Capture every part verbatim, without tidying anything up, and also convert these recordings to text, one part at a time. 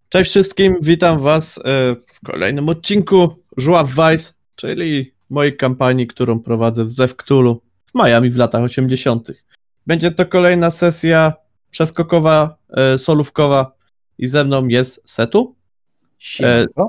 Cześć wszystkim, witam was w kolejnym odcinku Żuław Vice, czyli mojej kampanii, którą prowadzę w Zew Cthulhu w Miami w latach osiemdziesiątych. Będzie to kolejna sesja przeskokowa, solówkowa i ze mną jest Setu. Siemanko.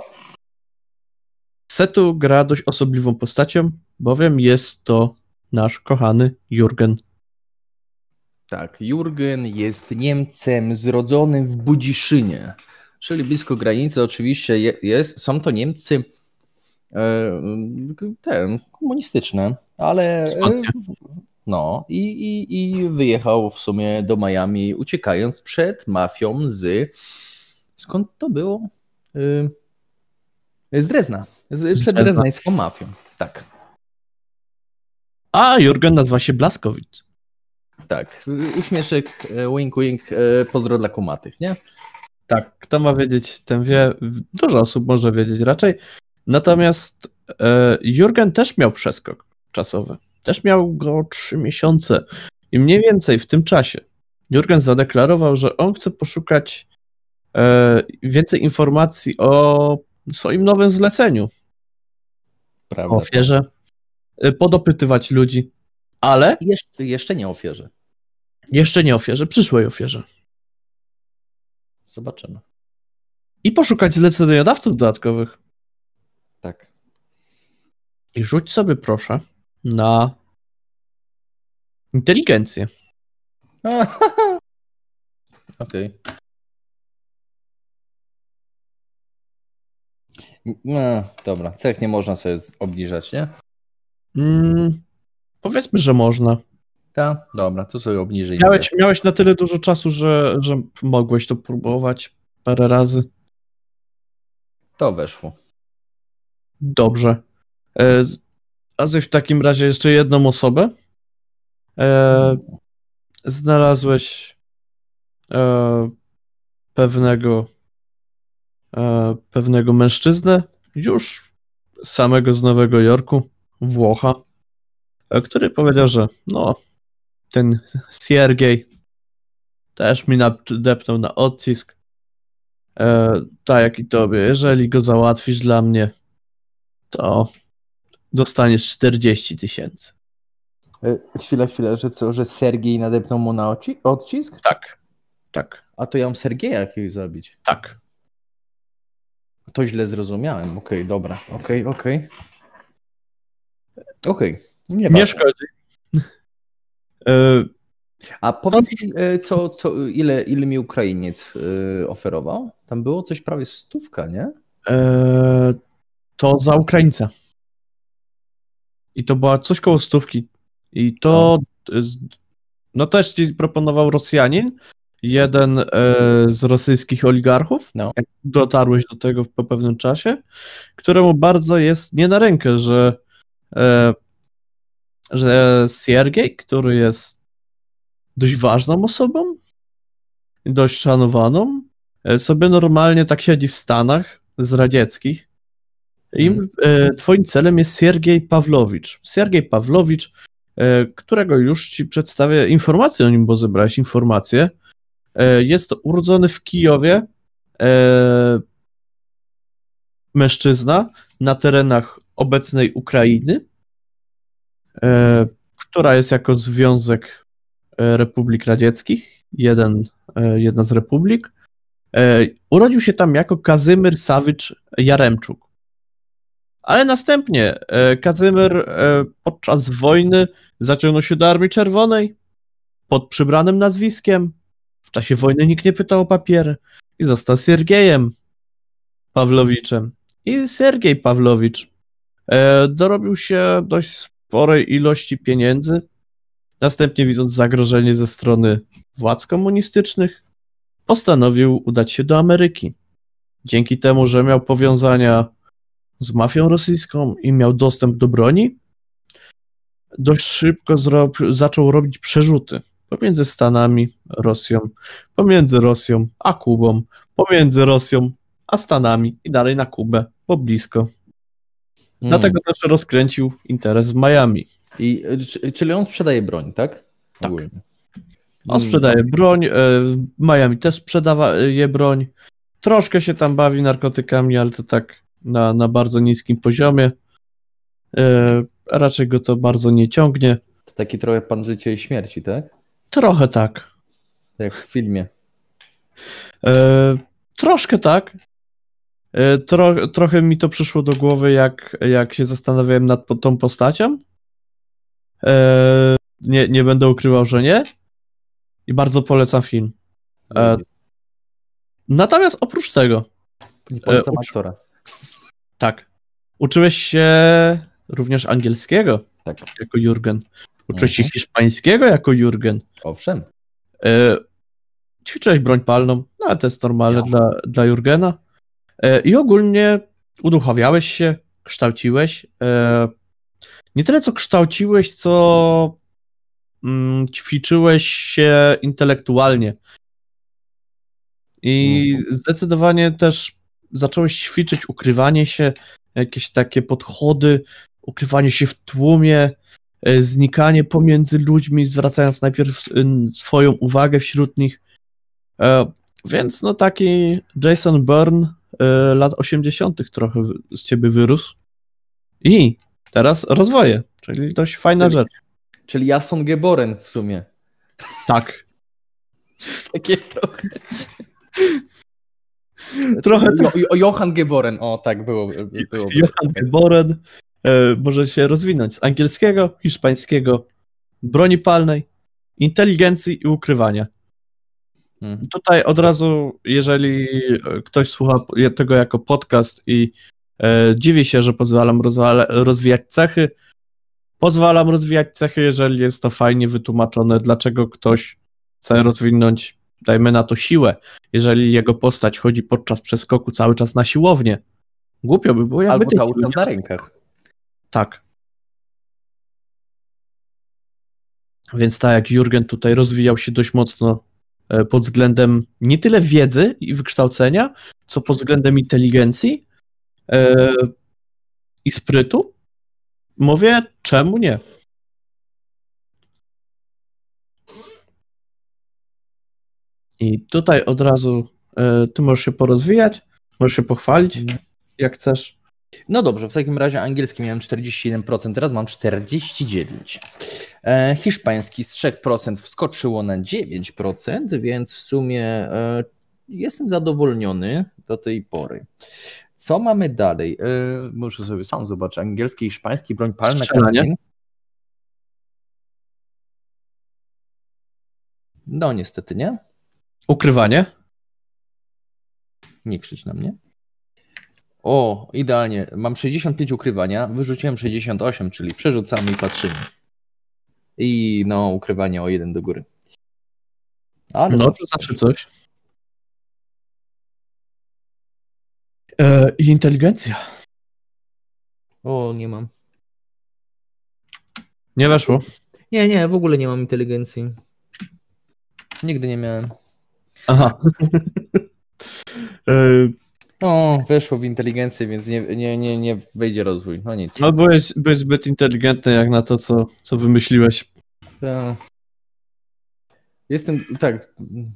Setu gra dość osobliwą postacią, bowiem jest to nasz kochany Jurgen. Tak, Jurgen jest Niemcem zrodzonym w Budziszynie, czyli blisko granicy. Oczywiście je, jest, są to Niemcy e, te, komunistyczne, ale e, no i, i, i wyjechał w sumie do Miami, uciekając przed mafią z... Skąd to było? E, z Drezna. Z, przed dreznańską mafią, tak. A Jurgen nazywa się Blaskowicz. Tak, uśmieszek, wink wink, pozdro dla kumatych, nie? Tak, kto ma wiedzieć, ten wie, dużo osób może wiedzieć raczej. Natomiast e, Jurgen też miał przeskok czasowy. Też miał go trzy miesiące. I mniej więcej w tym czasie Jurgen zadeklarował, że on chce poszukać e, więcej informacji o swoim nowym zleceniu. Prawda. O ofierze. E, podopytywać ludzi. Ale... Jeszcze, jeszcze nie ofierze. Jeszcze nie ofierze, przyszłej ofierze. Zobaczymy. I poszukać zleceniodawców dodatkowych. Tak. I rzuć sobie proszę na inteligencję. Okej. Okay. No, dobra. Cech nie można sobie obniżać, nie? Mm, powiedzmy, że można. Tak, dobra, to sobie obniżyj. Miałeś, miałeś na tyle dużo czasu, że, że mogłeś to próbować parę razy. To weszło. Dobrze. E, a w takim razie jeszcze jedną osobę. E, znalazłeś e, pewnego e, pewnego mężczyznę, już samego z Nowego Jorku, Włocha, e, który powiedział, że no, ten Siergiej też mi nadepnął na odcisk. E, tak jak i tobie. Jeżeli go załatwisz dla mnie, to dostaniesz czterdzieści tysięcy. E, chwila, chwila, że co, że Sergiej nadepnął mu na oci- odcisk? Tak, tak. A to ja mam Sergieja jakiegoś zabić. Tak. To źle zrozumiałem. Okej, okay, dobra. Okej, okay, okej. Okay. Okej. Okay. Nie, nie szkodzi. e, A powiedz mi, co, co, ile, ile mi Ukrainiec yy, oferował? Tam było coś prawie stówka, nie? E, to za Ukraińca. I to była coś koło stówki. I to no, no też ci proponował Rosjanin, jeden e, z rosyjskich oligarchów, no. Jak dotarłeś do tego po pewnym czasie, któremu bardzo jest nie na rękę, że e, że Siergiej, który jest dość ważną osobą, dość szanowaną, sobie normalnie tak siedzi w Stanach z radzieckich. I hmm. e, twoim celem jest Siergiej Pawlowicz. Siergiej Pawlowicz, e, którego już ci przedstawię informacje o nim, bo zebrałeś informacje. E, jest to urodzony w Kijowie e, mężczyzna na terenach obecnej Ukrainy, e, która jest jako Związek Republik Radzieckich, jeden, jedna z republik. E, urodził się tam jako Kazimir Sawicz Jaremczuk. Ale następnie e, Kazimir e, podczas wojny zaciągnął się do Armii Czerwonej pod przybranym nazwiskiem. W czasie wojny nikt nie pytał o papiery i został Siergiejem Pawlowiczem. I Siergiej Pawlowicz e, dorobił się dość sporej ilości pieniędzy. Następnie, widząc zagrożenie ze strony władz komunistycznych, postanowił udać się do Ameryki. Dzięki temu, że miał powiązania z mafią rosyjską i miał dostęp do broni, dość szybko zro- zaczął robić przerzuty pomiędzy Stanami, Rosją, pomiędzy Rosją a Kubą, pomiędzy Rosją a Stanami i dalej na Kubę, bo blisko. Mm. Dlatego też rozkręcił interes w Miami. I, czyli on sprzedaje broń, tak? Tak. On sprzedaje broń, w Miami też sprzedaje broń. troszkę się tam bawi narkotykami, ale to tak na, na bardzo niskim poziomie. E, raczej go to bardzo nie ciągnie. To taki trochę pan życia i śmierci, tak? Trochę tak. Jak w filmie. E, troszkę tak. E, tro, trochę mi to przyszło do głowy, jak, jak się zastanawiałem nad po, tą postacią. E, nie, nie będę ukrywał, że nie. I bardzo polecam film. E, natomiast oprócz tego... Nie polecam e, uczy, aktora. Tak. Uczyłeś się również angielskiego Tak. jako Jurgen. Uczyłeś się Mhm. hiszpańskiego jako Jurgen. Owszem. E, ćwiczyłeś broń palną, no ale to jest normalne Ja. dla, dla Jurgena. E, I ogólnie uduchawiałeś się, kształciłeś. E, nie tyle co kształciłeś, co mm, ćwiczyłeś się intelektualnie. I Mhm. zdecydowanie też zacząłeś ćwiczyć ukrywanie się, jakieś takie podchody, ukrywanie się w tłumie, e, znikanie pomiędzy ludźmi, zwracając najpierw y, swoją uwagę wśród nich. E, więc no taki Jason Bourne e, lat osiemdziesiątych trochę w- z ciebie wyrósł. I teraz rozwoje, czyli dość fajna Czyli- rzecz. Czyli Jason Geboren w sumie. Tak. Takie trochę. Trochę Jo, jo, Johann Geboren, o tak, było. było Johann Geboren e, może się rozwinąć z angielskiego, hiszpańskiego, broni palnej, inteligencji i ukrywania. Mhm. Tutaj od razu, jeżeli e, ktoś słucha tego jako podcast i e, dziwi się, że pozwalam rozwala, rozwijać cechy, pozwalam rozwijać cechy, jeżeli jest to fajnie wytłumaczone, dlaczego ktoś chce rozwinąć, dajmy na to, siłę. Jeżeli jego postać chodzi podczas przeskoku cały czas na siłownię, głupio by było, jakby Albo tej cały siły czas nie- na rękach. Tak. Więc tak jak Jurgen tutaj rozwijał się dość mocno e, pod względem nie tyle wiedzy i wykształcenia, co pod względem inteligencji e, i sprytu, mówię, czemu nie? I tutaj od razu e, ty możesz się porozwijać, możesz się pochwalić, jak chcesz. No dobrze, w takim razie angielski miałem czterdzieści jeden procent, teraz mam czterdzieści dziewięć procent. E, hiszpański z trzy procent wskoczyło na dziewięć procent, więc w sumie e, jestem zadowolniony do tej pory. Co mamy dalej? E, muszę sobie sam zobaczyć. Angielski, hiszpański, broń palna, Strzelanie. karabin. No niestety nie. Ukrywanie. Nie krzycz na mnie. O, idealnie. Mam sześćdziesiąt pięć ukrywania, wyrzuciłem sześćdziesiąt osiem, czyli przerzucamy i patrzymy. I no, ukrywanie o jeden do góry. Ale No zawsze to zawsze coś. E, I inteligencja. O, nie mam. Nie weszło. Nie, nie, w ogóle nie mam inteligencji. Nigdy nie miałem. Aha. e, O, weszło w inteligencję, więc nie, nie, nie, nie wejdzie rozwój. No nic. no byłeś, byłeś zbyt inteligentny jak na to, co, co wymyśliłeś. To... Jestem, tak.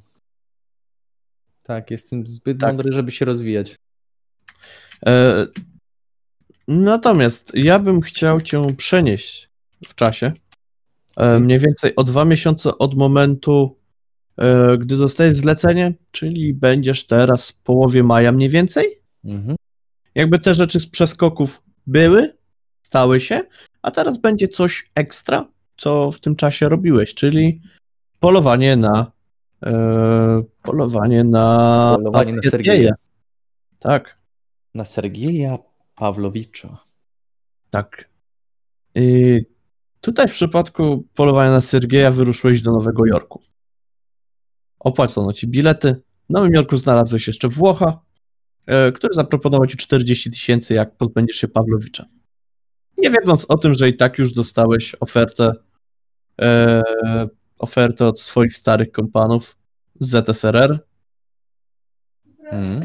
Tak, jestem zbyt Tak. mądry, żeby się rozwijać. E, natomiast ja bym chciał cię przenieść w czasie. E, mniej więcej o dwa miesiące od momentu, e, gdy dostajesz zlecenie, czyli będziesz teraz w połowie maja mniej więcej. Mhm. Jakby te rzeczy z przeskoków były, stały się, a teraz będzie coś ekstra, co w tym czasie robiłeś, czyli polowanie na e, polowanie na Polowanie na Sergeja. Sergeja. Tak, Na Sergieja Pawlowicza. tak. I tutaj w przypadku polowania na Sergeja wyruszyłeś do Nowego Jorku. Opłacono ci bilety. W Nowym Jorku znalazłeś jeszcze Włocha, e, który zaproponował ci czterdzieści tysięcy, jak pozbędziesz się Pawlowicza. Nie wiedząc o tym, że i tak już dostałeś ofertę e, ofertę od swoich starych kompanów z Z S R R. Mhm.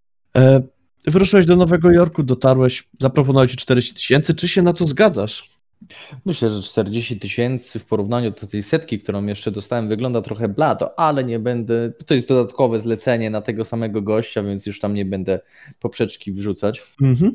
E, wyruszyłeś do Nowego Jorku, dotarłeś, zaproponowali ci czterdzieści tysięcy. Czy się na to zgadzasz? Myślę, że czterdzieści tysięcy w porównaniu do tej setki, którą jeszcze dostałem, wygląda trochę blato, ale nie będę. To jest dodatkowe zlecenie na tego samego gościa, więc już tam nie będę poprzeczki wrzucać. Mhm.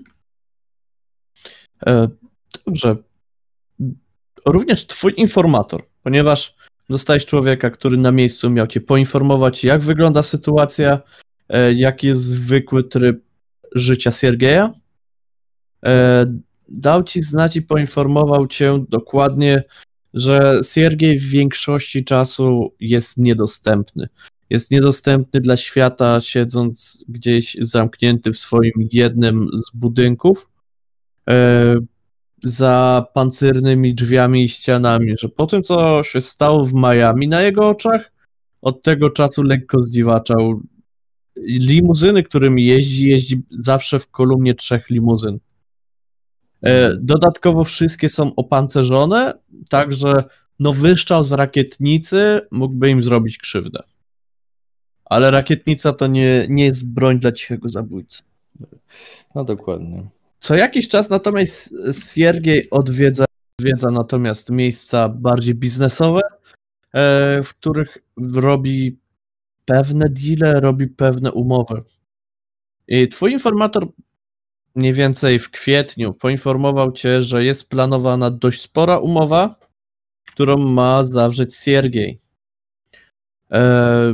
E, dobrze. Również twój informator, ponieważ dostałeś człowieka, który na miejscu miał cię poinformować, jak wygląda sytuacja, e, jaki jest zwykły tryb życia Siergieja. E, dał ci znać i poinformował cię dokładnie, że Siergiej w większości czasu jest niedostępny. Jest niedostępny dla świata, siedząc gdzieś zamknięty w swoim jednym z budynków, e, za pancyrnymi drzwiami i ścianami, że po tym, co się stało w Miami na jego oczach, od tego czasu lekko zdziwaczał. Limuzyny, którymi jeździ, jeździ zawsze w kolumnie trzech limuzyn. E, dodatkowo wszystkie są opancerzone, także no wyszczał z rakietnicy mógłby im zrobić krzywdę. Ale rakietnica to nie, nie jest broń dla cichego zabójcy. No dokładnie. Co jakiś czas natomiast Siergiej odwiedza, odwiedza natomiast miejsca bardziej biznesowe, e, w których robi pewne deale, robi pewne umowy. I twój informator mniej więcej w kwietniu poinformował cię, że jest planowana dość spora umowa, którą ma zawrzeć Siergiej. E,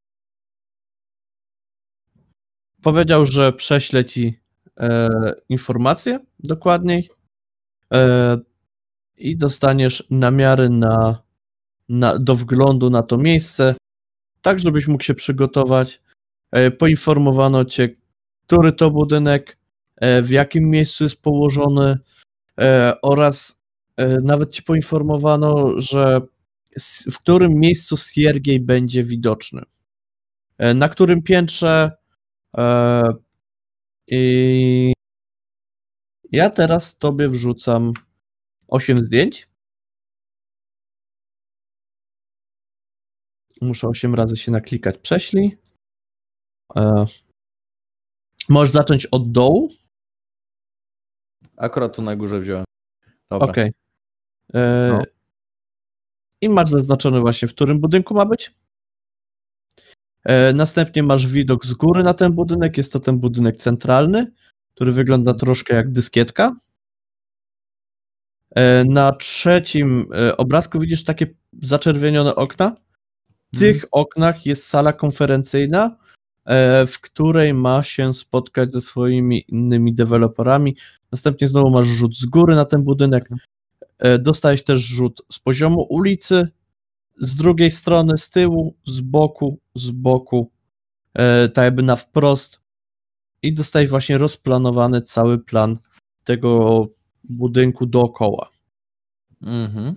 powiedział, że prześle ci e, informacje dokładniej e, i dostaniesz namiary na, na, do wglądu na to miejsce, tak żebyś mógł się przygotować. E, poinformowano cię, który to budynek, e, w jakim miejscu jest położony e, oraz e, nawet ci poinformowano, że s- w którym miejscu Siergiej będzie widoczny. E, na którym piętrze e, i ja teraz tobie wrzucam osiem zdjęć. Muszę osiem razy się naklikać. Prześlij. E, możesz zacząć od dołu. Akurat tu na górze wziąłem. Dobra. Okej. E, No. I masz zaznaczony właśnie, w którym budynku ma być. E, następnie masz widok z góry na ten budynek. Jest to ten budynek centralny, który wygląda troszkę jak dyskietka. E, na trzecim e, obrazku widzisz takie zaczerwienione okna. W tych Mhm. oknach jest sala konferencyjna, e, w której ma się spotkać ze swoimi innymi deweloperami. Następnie znowu masz rzut z góry na ten budynek. E, dostałeś też rzut z poziomu ulicy, z drugiej strony, z tyłu, z boku, z boku, e, tak jakby na wprost. I dostałeś właśnie rozplanowany cały plan tego budynku dookoła. Mhm.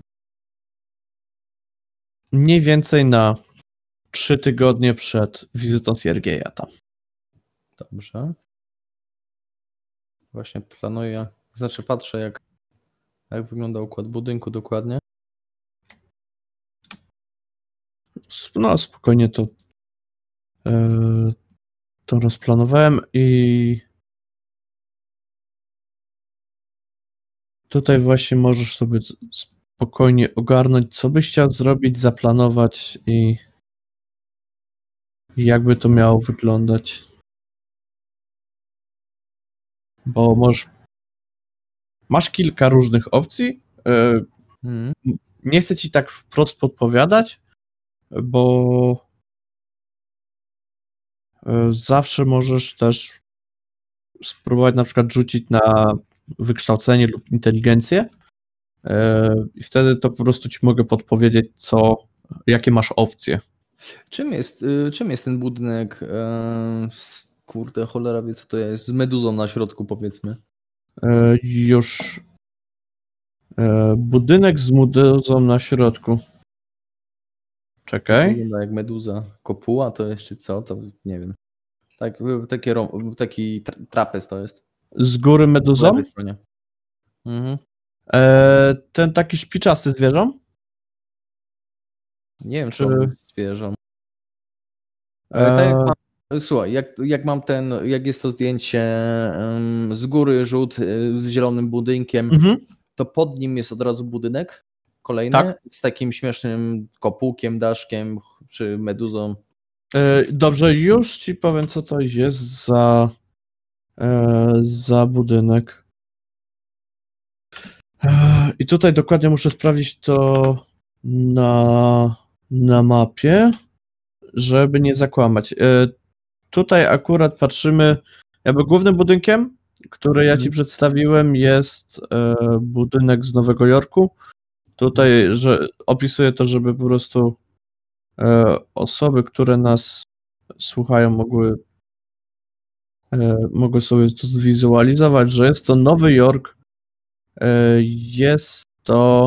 Mniej więcej na trzy tygodnie przed wizytą Siergieja tam. Dobrze. Właśnie planuję, znaczy patrzę jak, jak wygląda układ budynku dokładnie. No spokojnie to e, to rozplanowałem i tutaj właśnie możesz sobie z- spokojnie ogarnąć, co byś chciał zrobić, zaplanować i i jakby to miało wyglądać. Bo możesz masz kilka różnych opcji. E, Mhm. nie chcę ci tak wprost podpowiadać, bo e, zawsze możesz też spróbować na przykład rzucić na wykształcenie lub inteligencję e, i wtedy to po prostu ci mogę podpowiedzieć, co, jakie masz opcje. Czym jest, y, czym jest ten budynek? E, z- kurde, cholera wie co to jest. Z meduzą na środku powiedzmy. E, już e, budynek z meduzą na środku. Czekaj. Wygląda jak meduza. Kopuła to jest czy co? To nie wiem. Tak, y, takie, rą- taki tra- trapez to jest. Z góry Po meduzą. lewej stronie. Mhm. E, ten taki szpiczasty zwierzę. Nie wiem, czy Czy- on jest zwierzą. Ale tak jak E, mam, słuchaj, jak, jak mam ten, jak jest to zdjęcie em, z góry, rzut y, z zielonym budynkiem, mhm. to pod nim jest od razu budynek kolejny Tak. z takim śmiesznym kopułkiem, daszkiem czy meduzą. E, dobrze, już ci powiem, co to jest za, e, za budynek. E, I tutaj dokładnie muszę sprawdzić to na, na mapie, żeby nie zakłamać. E, tutaj akurat patrzymy, jakby głównym budynkiem, który ja ci przedstawiłem, jest e, budynek z Nowego Jorku. Tutaj, że opisuję to, żeby po prostu e, osoby, które nas słuchają, mogły, e, mogły sobie to zwizualizować, że jest to Nowy Jork. E, jest to...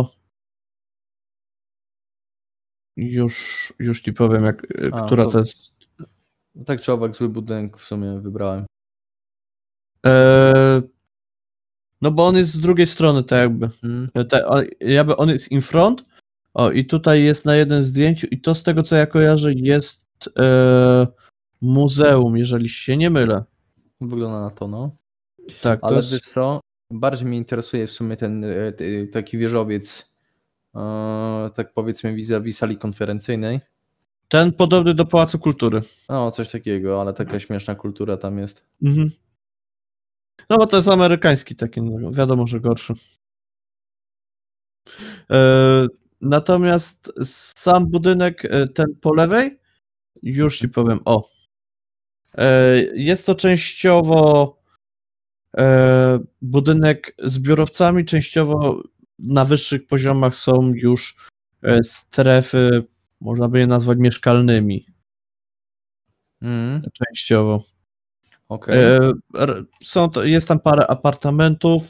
Już, już ci powiem, jak, A, która to- to jest... Tak czy owak zły budynek w sumie wybrałem. E, no bo on jest z drugiej strony, tak jakby. Mm. Te, on, jakby on jest in front. O, i tutaj jest na jednym zdjęciu, i to z tego, co ja kojarzę, jest e, muzeum, jeżeli się nie mylę. Wygląda na to, no. Tak, to Ale jest... wiesz co, bardziej mnie interesuje w sumie ten e, t- taki wieżowiec, e, tak powiedzmy vis-a-vis sali konferencyjnej. Ten podobny do Pałacu Kultury. No, coś takiego, ale taka śmieszna kultura tam jest. Mhm. No bo to jest amerykański taki, no, wiadomo, że gorszy. E, natomiast sam budynek, e, ten po lewej, już ci powiem, o. E, jest to częściowo e, budynek z biurowcami, częściowo na wyższych poziomach są już e, strefy, można by je nazwać mieszkalnymi. Mm, Częściowo. Okej. E, r- są to, jest tam parę apartamentów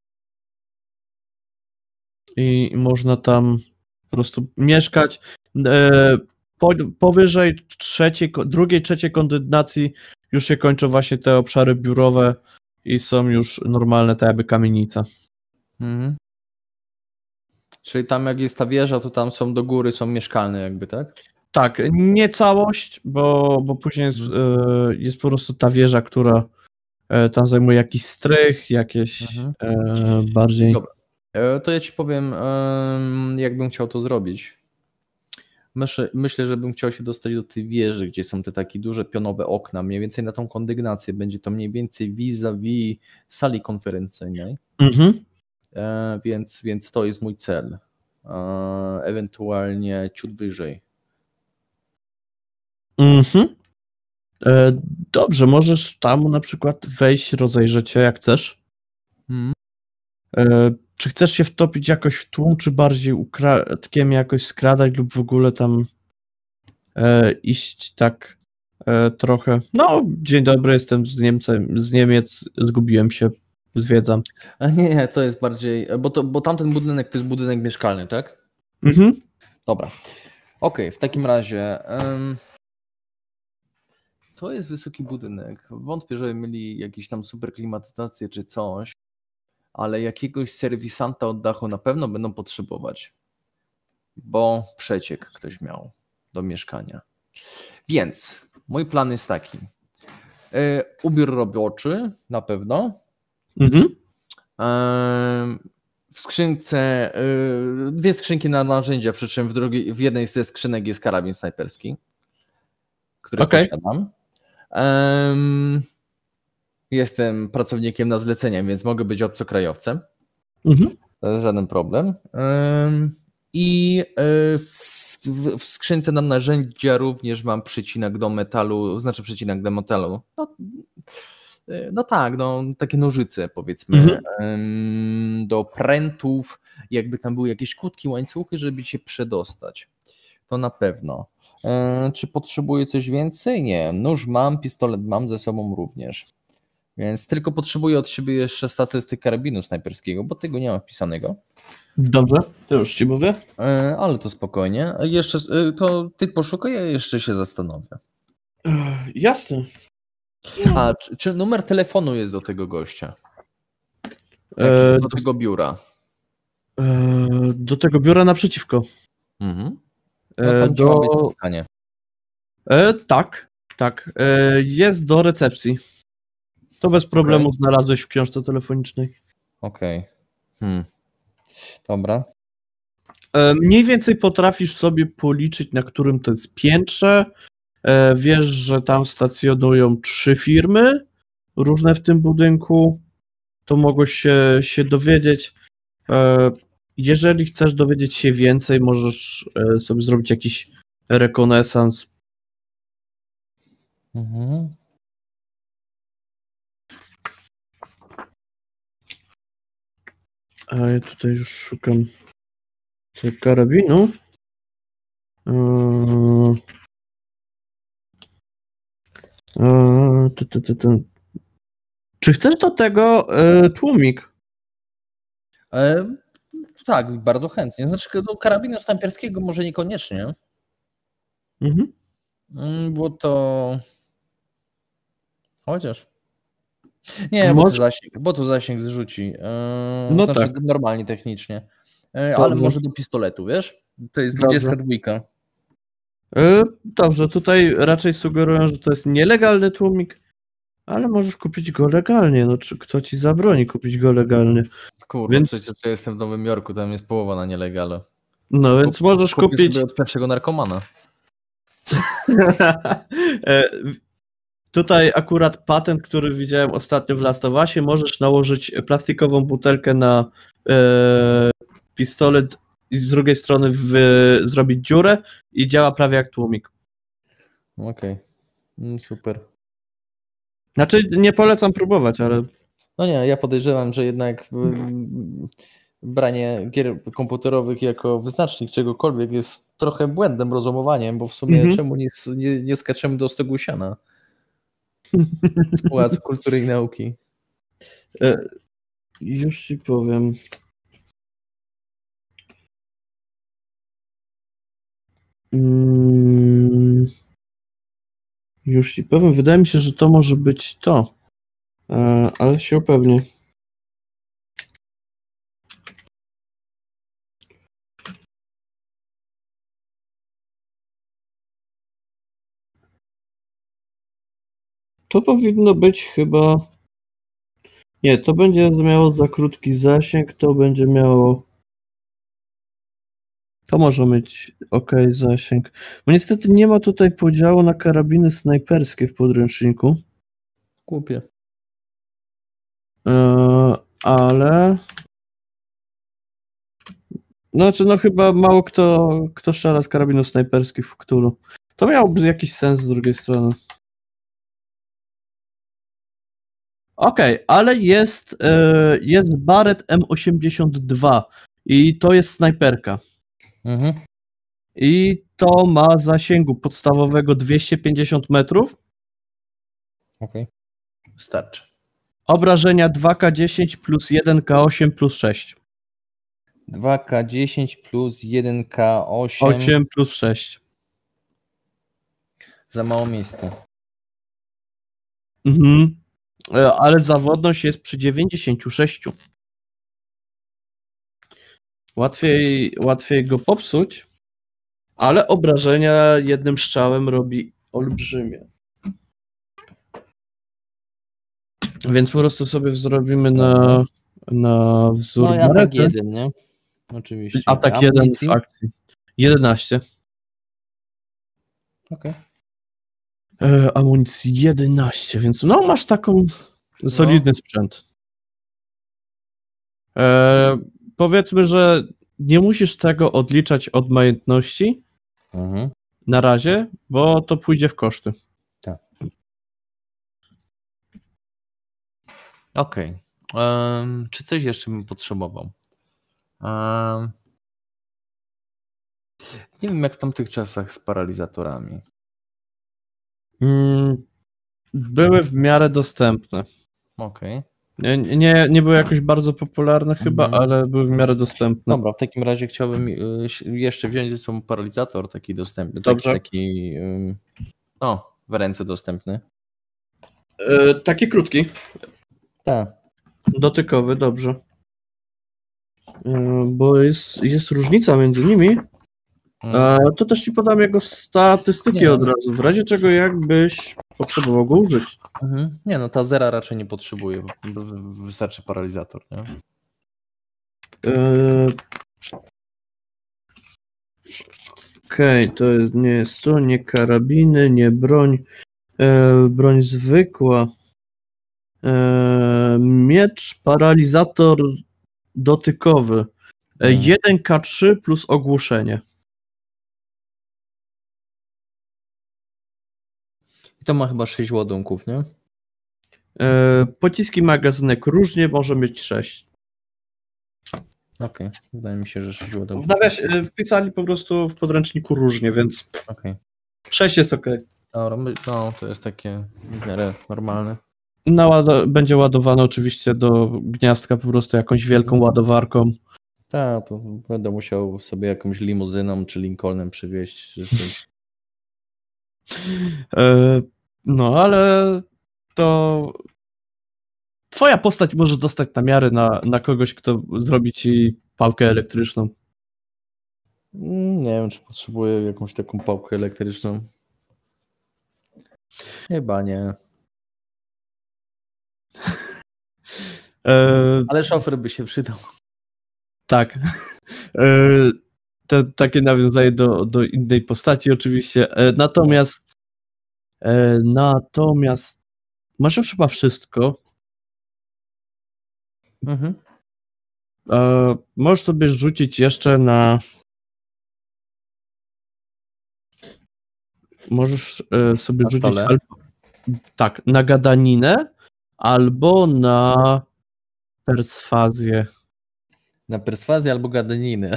i można tam po prostu mieszkać. E, po, powyżej trzeciej, ko- drugiej, trzeciej kondynacji już się kończą właśnie te obszary biurowe i są już normalne, tak jakby kamienica. Mhm. Czyli tam jak jest ta wieża, to tam są do góry, są mieszkalne jakby, tak? Tak, nie całość, bo, bo później jest, e, jest po prostu ta wieża, która e, tam zajmuje jakiś strych, jakieś Mhm. e, bardziej... Dobra. E, To ja ci powiem, em, jak bym chciał to zrobić. Myślę, myślę, że bym chciał się dostać do tej wieży, gdzie są te takie duże pionowe okna, mniej więcej na tą kondygnację. Będzie to mniej więcej vis-a-vis sali konferencyjnej, Mhm. e, więc, więc to jest mój cel. E, ewentualnie ciut wyżej. Mhm. E, dobrze, możesz tam na przykład wejść, rozejrzeć się jak chcesz. Mhm. E, czy chcesz się wtopić jakoś w tłum, czy bardziej ukradkiem jakoś skradać lub w ogóle tam e, iść tak e, trochę? No, dzień dobry, jestem z Niemcem, z Niemiec, zgubiłem się, zwiedzam. A nie, nie, to jest bardziej, bo, to, bo tamten budynek to jest budynek mieszkalny, tak? Mhm. Dobra. Okej, w takim razie em, to jest wysoki budynek. Wątpię, żeby mieli jakieś tam super klimatyzację czy coś, ale jakiegoś serwisanta od dachu na pewno będą potrzebować, bo przeciek ktoś miał do mieszkania. Więc mój plan jest taki. E, ubiór roboczy na pewno. Mhm. Em, W skrzynce y, dwie skrzynki na narzędzia, przy czym w, drugiej, w jednej ze skrzynek jest karabin snajperski, który Okej. posiadam. Em, Jestem pracownikiem na zlecenie, więc mogę być obcokrajowcem. Mhm. To jest żaden problem. Em, I y, w, w, w skrzynce na narzędzia również mam przycinek do metalu, znaczy przycinek do metalu. No, y, no tak, no, takie nożyce powiedzmy, Mhm. em, do prętów, jakby tam były jakieś kłódki, łańcuchy, żeby się przedostać. To na pewno. E, czy potrzebuję coś więcej? Nie. Nóż mam, pistolet mam ze sobą również. Więc tylko potrzebuję od siebie jeszcze statystyk karabinu snajperskiego, bo tego nie mam wpisanego. Dobrze, to już ci mówię. E, ale to spokojnie. A jeszcze, e, to ty poszukaj, ja jeszcze się zastanowię. Jasne. A czy, czy numer telefonu jest do tego gościa? E, Do tego biura? e, do tego biura naprzeciwko. Mhm. No E, tam gdzie ma być do... spotkanie. E, tak, tak. E, jest do recepcji. To bez problemu Okej. znalazłeś w książce telefonicznej. Okej. Hmm. Dobra. E, mniej więcej potrafisz sobie policzyć, na którym to jest piętrze. E, wiesz, że tam stacjonują trzy firmy różne w tym budynku. To mogłeś się, się dowiedzieć. E, jeżeli chcesz dowiedzieć się więcej, możesz e, sobie zrobić jakiś rekonesans. Mhm. A ja tutaj już szukam tego karabinu. Eee, eee, tu, tu, tu, tu. Czy chcesz do tego e, tłumik? E, tak, bardzo chętnie. Znaczy, do karabinu snajperskiego może niekoniecznie, Mhm. mm, bo to... Chociaż... Nie, A bo to może- zasięg, bo to zasięg zrzuci. E, No znaczy, tak. normalnie, technicznie. E, ale Dobrze. może do pistoletu, wiesz? To jest Dobrze. dwudziestka dwójka. E, dobrze, tutaj raczej sugerują, że to jest nielegalny tłumik, ale możesz kupić go legalnie. No, czy kto ci zabroni kupić go legalnie? Kurwa, Więc- przecież ja jestem w Nowym Jorku, tam jest połowa na nielegalu. No więc Kup- możesz kupię kupić. sobie od pierwszego narkomana. E, Tutaj akurat patent, który widziałem ostatnio w Last of Usie, możesz nałożyć plastikową butelkę na e, pistolet i z drugiej strony w, zrobić dziurę i działa prawie jak tłumik. Okej, mm, super. Znaczy nie polecam próbować, ale No nie, ja podejrzewam, że jednak mm, branie gier komputerowych jako wyznacznik czegokolwiek jest trochę błędem, rozumowaniem, bo w sumie Mhm. czemu nie, nie, nie skaczemy do stogu siana z Pałacu Kultury i Nauki? e, już ci powiem. Mm, już ci powiem, wydaje mi się, że to może być to, e, ale się upewnię. To powinno być chyba... Nie, to będzie miało za krótki zasięg, to będzie miało... To może mieć ok zasięg. Bo niestety nie ma tutaj podziału na karabiny snajperskie w podręczniku, Głupie. eee, ale... Znaczy, no chyba mało kto, kto strzela z karabinów snajperskich w Cthulhu. To miałoby jakiś sens z drugiej strony. Okej, ale jest, e, jest Barrett M osiemdziesiąt dwa i to jest snajperka. Mhm. I to ma zasięgu podstawowego dwieście pięćdziesiąt metrów, Okej. Starczy. obrażenia dwa K dziesięć plus jeden K osiem plus sześć. dwa K dziesięć plus jeden K osiem. osiem plus sześć. Za mało miejsca. Mhm. E, Ale zawodność jest przy dziewięćdziesięciu sześciu. Łatwiej, łatwiej go popsuć, ale obrażenia jednym strzałem robi olbrzymie. Więc po prostu sobie zrobimy na, na wzór No i atak Barretta. jeden, nie? Oczywiście. Atak jeden Amunicji? w akcji. jedenaście. Okej. E, amunicji jedenaście, więc no masz taką solidny sprzęt. E, powiedzmy, że nie musisz tego odliczać od majątności Mhm. na razie, bo to pójdzie w koszty. Okej. Em, czy coś jeszcze bym potrzebował? Em, nie wiem, jak w tamtych czasach z paralizatorami. Mm, były w miarę dostępne. Okej. Nie, nie, nie były jakoś bardzo popularne chyba, Mhm. ale były w miarę dostępne. Dobra, w takim razie chciałbym y, jeszcze wziąć ze sobą paralizator taki dostępny. Dobrze. Taki, taki ym, o, w ręce dostępny. E, taki krótki, Tak. dotykowy, dobrze. E, bo jest, jest różnica między nimi. E, to też ci podam jego statystyki Nie. od razu, w razie czego jakbyś potrzebował go użyć. Mhm. Nie no, ta zera raczej nie potrzebuje, bo wy- wystarczy paralizator, nie? Yy... Okej, okay, to nie jest to, nie karabiny, nie broń. Yy, broń zwykła. Yy, miecz, paralizator dotykowy. Yy, Mhm. jeden K trzy plus ogłuszenie. I to ma chyba sześć ładunków, nie? Yy, pociski magazynek różnie, może mieć sześć. Okej, okay. Wydaje mi się, że sześć ładunków. W nawiasie, wpisali po prostu w podręczniku różnie, więc Okej. sześć jest ok. No, to jest takie w miarę normalne. Naład- będzie ładowane oczywiście do gniazdka po prostu jakąś wielką Mhm. ładowarką. Tak, to będę musiał sobie jakąś limuzyną czy Lincolnem przywieźć. Czy coś. E, no, ale to twoja postać może dostać namiary na, na kogoś, kto zrobi ci pałkę elektryczną. Nie wiem, czy potrzebuję jakąś taką pałkę elektryczną. Chyba nie. E, Ale szofer by się przydał. tak. E, te, takie nawiązanie do, do innej postaci oczywiście. E, natomiast e, natomiast masz już chyba wszystko. Mhm. E, możesz sobie rzucić jeszcze na możesz e, sobie Na rzucić stole? albo, tak, na gadaninę albo na perswazję. Na perswazję albo gadaninę.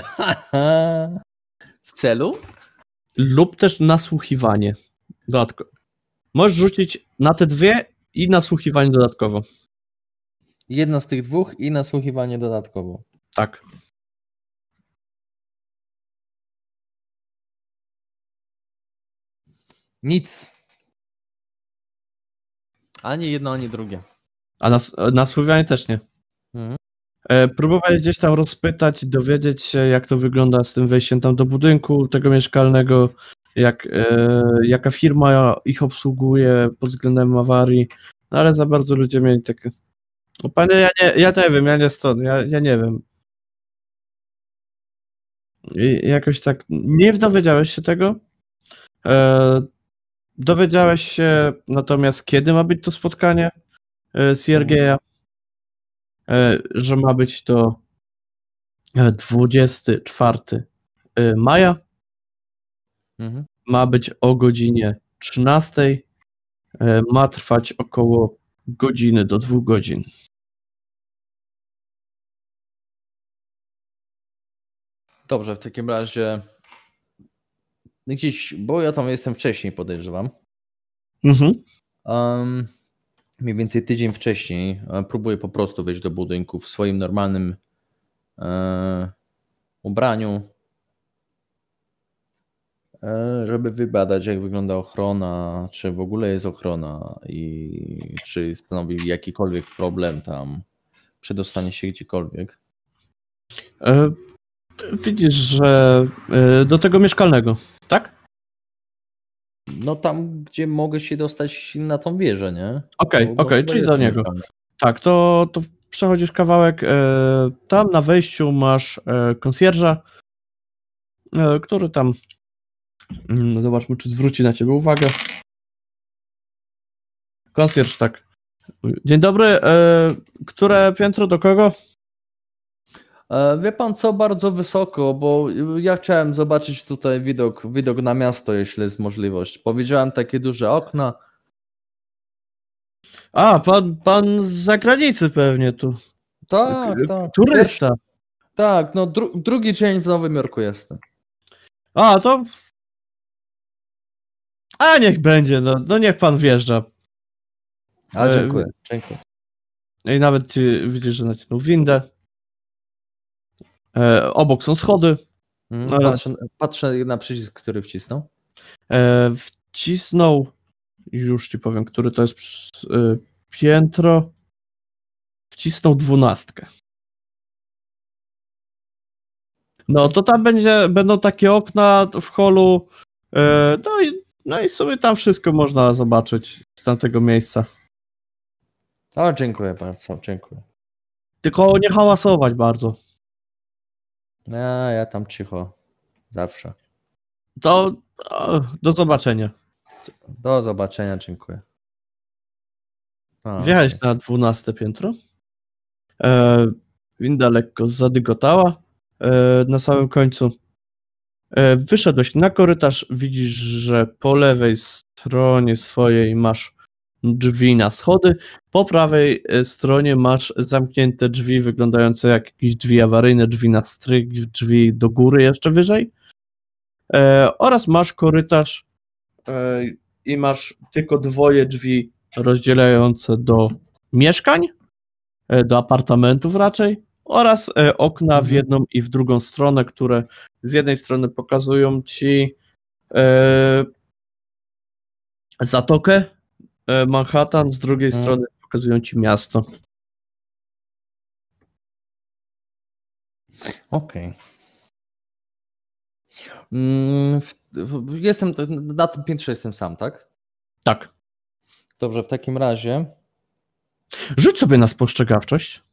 W celu? Lub też nasłuchiwanie. Dodatkowo. Możesz rzucić na te dwie i nasłuchiwanie dodatkowo. Jedno z tych dwóch i nasłuchiwanie dodatkowo. Tak. Nic. Ani jedno, ani drugie. A nas, nasłuchiwanie też nie. Mhm. E, próbowałeś gdzieś tam rozpytać, dowiedzieć się, jak to wygląda z tym wejściem tam do budynku tego mieszkalnego, jak, e, jaka firma ich obsługuje pod względem awarii, no ale za bardzo ludzie mieli takie... No panie, ja nie, ja nie wiem, ja nie stąd, ja, ja nie wiem. I jakoś tak nie dowiedziałeś się tego. E, dowiedziałeś się natomiast, kiedy ma być to spotkanie e, Siergieja, e, że ma być to dwudziestego czwartego maja. Mhm. Ma być o godzinie trzynastej. E, ma trwać około godziny do dwóch godzin. Dobrze, w takim razie gdzieś, bo ja tam jestem wcześniej, podejrzewam. Mhm. Um, mniej więcej tydzień wcześniej e, próbuję po prostu wejść do budynku w swoim normalnym e, ubraniu, e, żeby wybadać, jak wygląda ochrona, czy w ogóle jest ochrona i czy stanowi jakikolwiek problem tam przedostanie się gdziekolwiek. E, widzisz, że e, do tego mieszkalnego, tak? No tam, gdzie mogę się dostać na tą wieżę, nie? Okej, Bo- bo okej, chyba czyli jest do niego. mieszkanie. Tak, to, to przechodzisz kawałek. E, tam na wejściu masz e, konsjerża, e, który tam. Mm, zobaczmy, czy zwróci na ciebie uwagę. Konsjerż, tak. Dzień dobry. E, które piętro do kogo? E, Wie pan co, bardzo wysoko, bo ja chciałem zobaczyć tutaj widok, widok na miasto, jeśli jest możliwość. Powiedziałem takie duże okna. A, pan, pan z zagranicy pewnie tu. Tak, tak. Turysta. Pierwszy- tak, no dru, drugi dzień w Nowym Jorku jestem. A, to... A, niech będzie, no, no niech pan wjeżdża. Ale E, dziękuję, dziękuję. I nawet ci, widzisz, że nacisnął windę. E, obok są schody. Mhm, No, patrzę, patrzę na przycisk, który wcisnął. E, wcisnął, już ci powiem, który to jest e, piętro. Wcisnął dwunastkę. No, to tam będzie, będą takie okna w holu. E, no, i, no i sobie tam wszystko można zobaczyć z tamtego miejsca. O, dziękuję bardzo, dziękuję. Tylko nie hałasować bardzo. A, ja tam cicho. Zawsze. To o, do zobaczenia. Do zobaczenia, dziękuję. A, Wjechałeś okay. na dwunaste piętro. E, winda lekko zadygotała. E, na samym końcu e, wyszedłeś na korytarz. Widzisz, że po lewej stronie swojej masz drzwi na schody. Po prawej stronie masz zamknięte drzwi wyglądające jak jakieś drzwi awaryjne, drzwi na stryk, drzwi do góry jeszcze wyżej. E, oraz masz korytarz e, i masz tylko dwoje drzwi rozdzielające do mieszkań, e, do apartamentów raczej, oraz e, okna mhm. w jedną i w drugą stronę, które z jednej strony pokazują ci e, zatokę e, Manhattan, z drugiej mhm. strony pokazują ci miasto. Okej. Okay. Mm, jestem, na tym piętrze jestem sam, tak? Tak. Dobrze, w takim razie... Rzuć sobie na spostrzegawczość.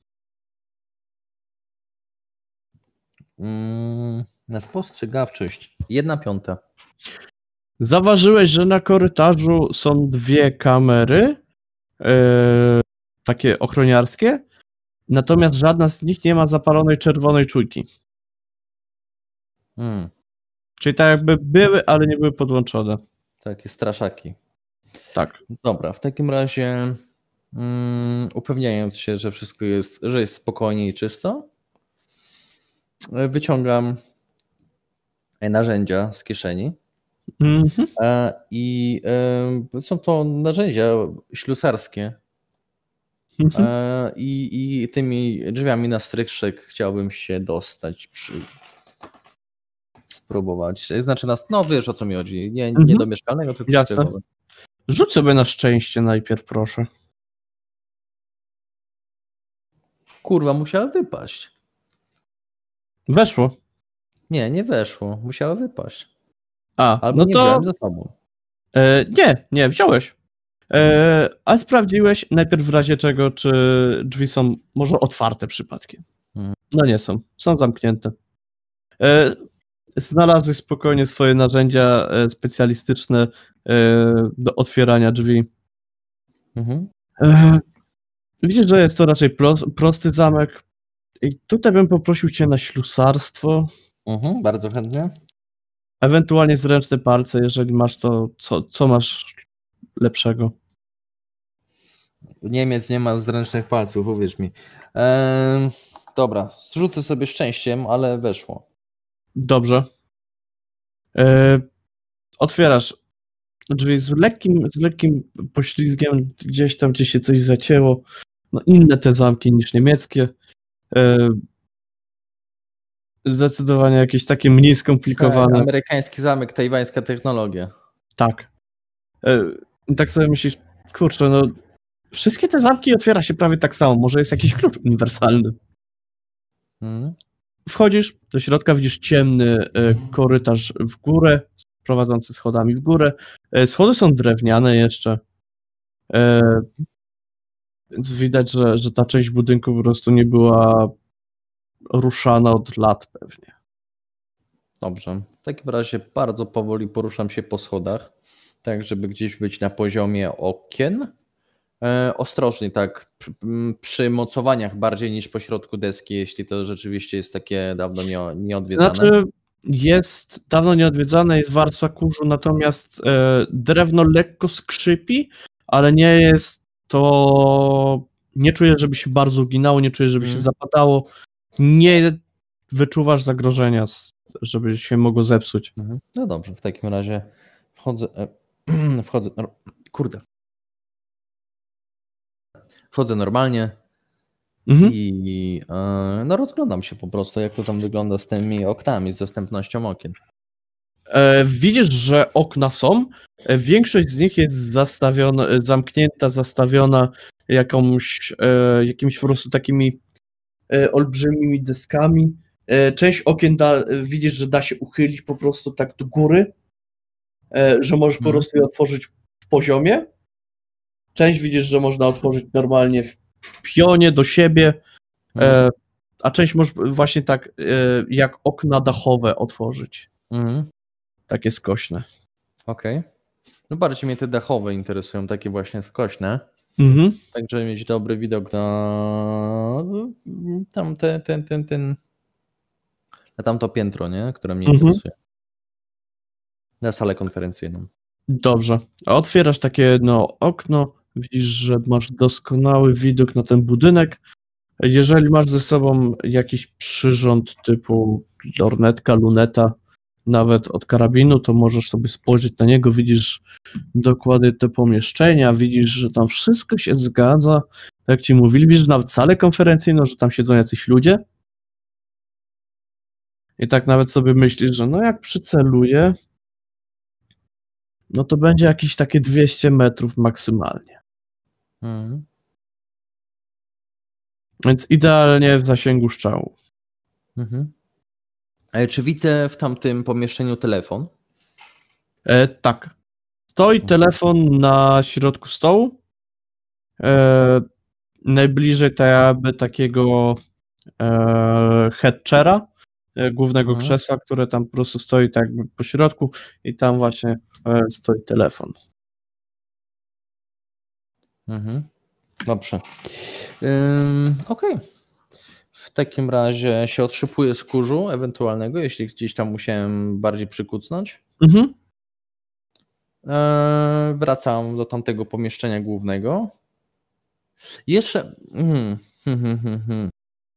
Mm, na spostrzegawczość. Jedna piąta. Zauważyłeś, że na korytarzu są dwie kamery, yy, takie ochroniarskie, natomiast żadna z nich nie ma zapalonej czerwonej czujki. Hmm. Czyli tak jakby były, ale nie były podłączone. Takie straszaki. Tak. Dobra, w takim razie um, upewniając się, że wszystko jest, że jest spokojnie i czysto, wyciągam narzędzia z kieszeni. Mm-hmm. e, i e, są to narzędzia ślusarskie. Mm-hmm. e, i, I tymi drzwiami na strykszek chciałbym się dostać przy... spróbować. Znaczy nas, no wiesz o co mi chodzi. Nie, nie do mieszkalnego, tylko jasne. Rzuć sobie na szczęście najpierw, proszę. Kurwa, musiała wypaść. Weszło. Nie, nie weszło. Musiała wypaść. A, albo no nie to... wziąłem ze sobą. E, nie, nie, wziąłeś. E, a sprawdziłeś najpierw w razie czego, czy drzwi są może otwarte przypadkiem. Hmm. No nie są. Są zamknięte. E, Znalazłeś spokojnie swoje narzędzia specjalistyczne do otwierania drzwi. Mhm. Widzisz, że jest to raczej prosty zamek. I tutaj bym poprosił cię na ślusarstwo. Mhm, bardzo chętnie. Ewentualnie zręczne palce, jeżeli masz to, co, co masz lepszego? Niemiec nie ma zręcznych palców, uwierz mi. Eee, dobra, zrzucę sobie szczęściem, ale weszło. Dobrze. E, otwierasz drzwi z lekkim, z lekkim poślizgiem, gdzieś tam, gdzie się coś zacięło. No, inne te zamki niż niemieckie. E, zdecydowanie jakieś takie mniej skomplikowane. Tak, amerykański zamek, tajwańska technologia. Tak. E, I tak sobie myślisz, kurczę, no wszystkie te zamki otwiera się prawie tak samo. Może jest jakiś klucz uniwersalny. Hmm. Wchodzisz do środka, widzisz ciemny e, korytarz w górę, prowadzący schodami w górę. E, schody są drewniane jeszcze. E, więc widać, że, że ta część budynku po prostu nie była ruszana od lat pewnie. Dobrze. W takim razie bardzo powoli poruszam się po schodach, tak żeby gdzieś być na poziomie okien. E, ostrożnie, tak, przy, przy mocowaniach bardziej niż po środku deski, jeśli to rzeczywiście jest takie dawno nie, nieodwiedzane. Znaczy, jest dawno nieodwiedzane, jest warstwa kurzu, natomiast e, drewno lekko skrzypi, ale nie jest to... Nie czujesz, żeby się bardzo uginało, nie czujesz, żeby mm. się zapadało. Nie wyczuwasz zagrożenia, żeby się mogło zepsuć. Mhm. No dobrze, w takim razie wchodzę... E, wchodzę... Kurde. Wchodzę normalnie mhm. i e, no rozglądam się po prostu, jak to tam wygląda z tymi oknami, z dostępnością okien. E, widzisz, że okna są. E, większość z nich jest zastawiona, zamknięta, zastawiona jakąś, e, jakimiś po prostu takimi e, olbrzymimi deskami. E, część okien da, widzisz, że da się uchylić po prostu tak do góry, e, że możesz mhm. po prostu je otworzyć w poziomie. Część widzisz, że można otworzyć normalnie w pionie do siebie. E, a część możesz właśnie tak e, jak okna dachowe otworzyć. Mhm. Takie skośne. Okej. Okay. No bardziej mnie te dachowe interesują, takie właśnie skośne. Mhm. Tak, żeby mieć dobry widok na tam ten, ten, ten, ten na tamto piętro, nie? Które mnie Mhm. interesuje. Na salę konferencyjną. Dobrze. A otwierasz takie jedno okno, widzisz, że masz doskonały widok na ten budynek. Jeżeli masz ze sobą jakiś przyrząd typu lornetka, luneta, nawet od karabinu, to możesz sobie spojrzeć na niego, widzisz dokładnie te pomieszczenia, widzisz, że tam wszystko się zgadza, tak jak ci mówili, widzisz nawet salę konferencyjną, że tam siedzą jacyś ludzie i tak nawet sobie myślisz, że no jak przyceluję, no to będzie jakieś takie dwieście metrów maksymalnie. Mhm. Więc idealnie w zasięgu strzału. Mhm. Ale czy widzę w tamtym pomieszczeniu telefon? E, tak. Stoi telefon na środku stołu. E, najbliżej tak jakby takiego e, headchera, e, głównego Mhm. krzesła, które tam po prostu stoi tak jakby po środku i tam właśnie e, stoi telefon. Mhm. Dobrze. Ym, Okej. Okay. W takim razie się otrzypuję z kurzu ewentualnego, jeśli gdzieś tam musiałem bardziej przykucnąć. Mhm. Eee, wracam do tamtego pomieszczenia głównego. Jeszcze... Hmm, hmm, hmm, hmm, hmm.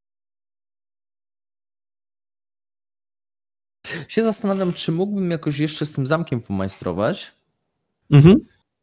Się zastanawiam, czy mógłbym jakoś jeszcze z tym zamkiem pomajstrować, Mhm.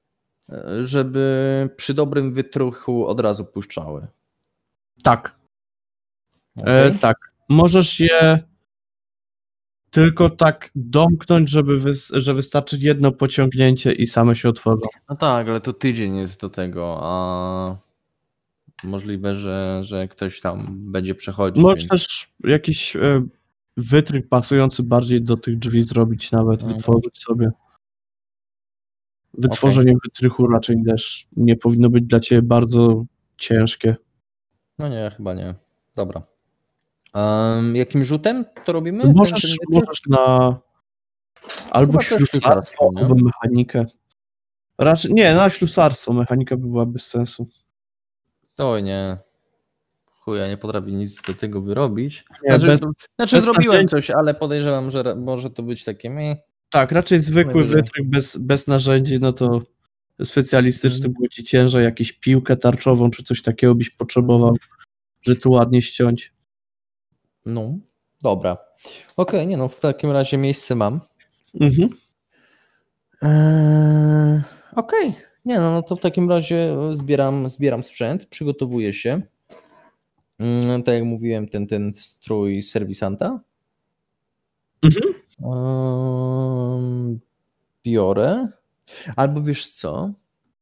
żeby przy dobrym wytruchu od razu puszczały. Tak. Okay. E, tak. Możesz je tylko tak domknąć, żeby wys- że wystarczy jedno pociągnięcie i same się otworzą. No tak, ale to tydzień jest do tego, a możliwe, że, że ktoś tam będzie przechodzić. Możesz Więc... też jakiś e, wytrych pasujący bardziej do tych drzwi zrobić nawet, Mhm. wytworzyć sobie. Wytworzenie okay. wytrychu raczej też nie powinno być dla ciebie bardzo ciężkie. No nie, chyba nie. Dobra. Um, jakim rzutem to robimy? Możesz, ten, ten możesz na albo ślusarstwo, albo mechanikę. Raczej, nie, na ślusarstwo. Mechanika by była bez sensu. Oj nie. Chuj, ja nie potrafię nic do tego wyrobić. Nie, znaczy, bez, znaczy bez zrobiłem narzędzi... coś, ale podejrzewam, że może to być takie... Meh. Tak, raczej zwykły wytrych bez, bez narzędzi, no to specjalistyczny mm. było ci ciężej, jakąś piłkę tarczową czy coś takiego byś potrzebował, żeby tu ładnie ściąć. No, dobra. Okej, okay, nie no, w takim razie miejsce mam. Mhm. Eee, Okej, okay. nie no, no to w takim razie zbieram, zbieram sprzęt, przygotowuję się. Mm, tak jak mówiłem, ten, ten strój serwisanta. Mhm. Eee, biorę. Albo wiesz co?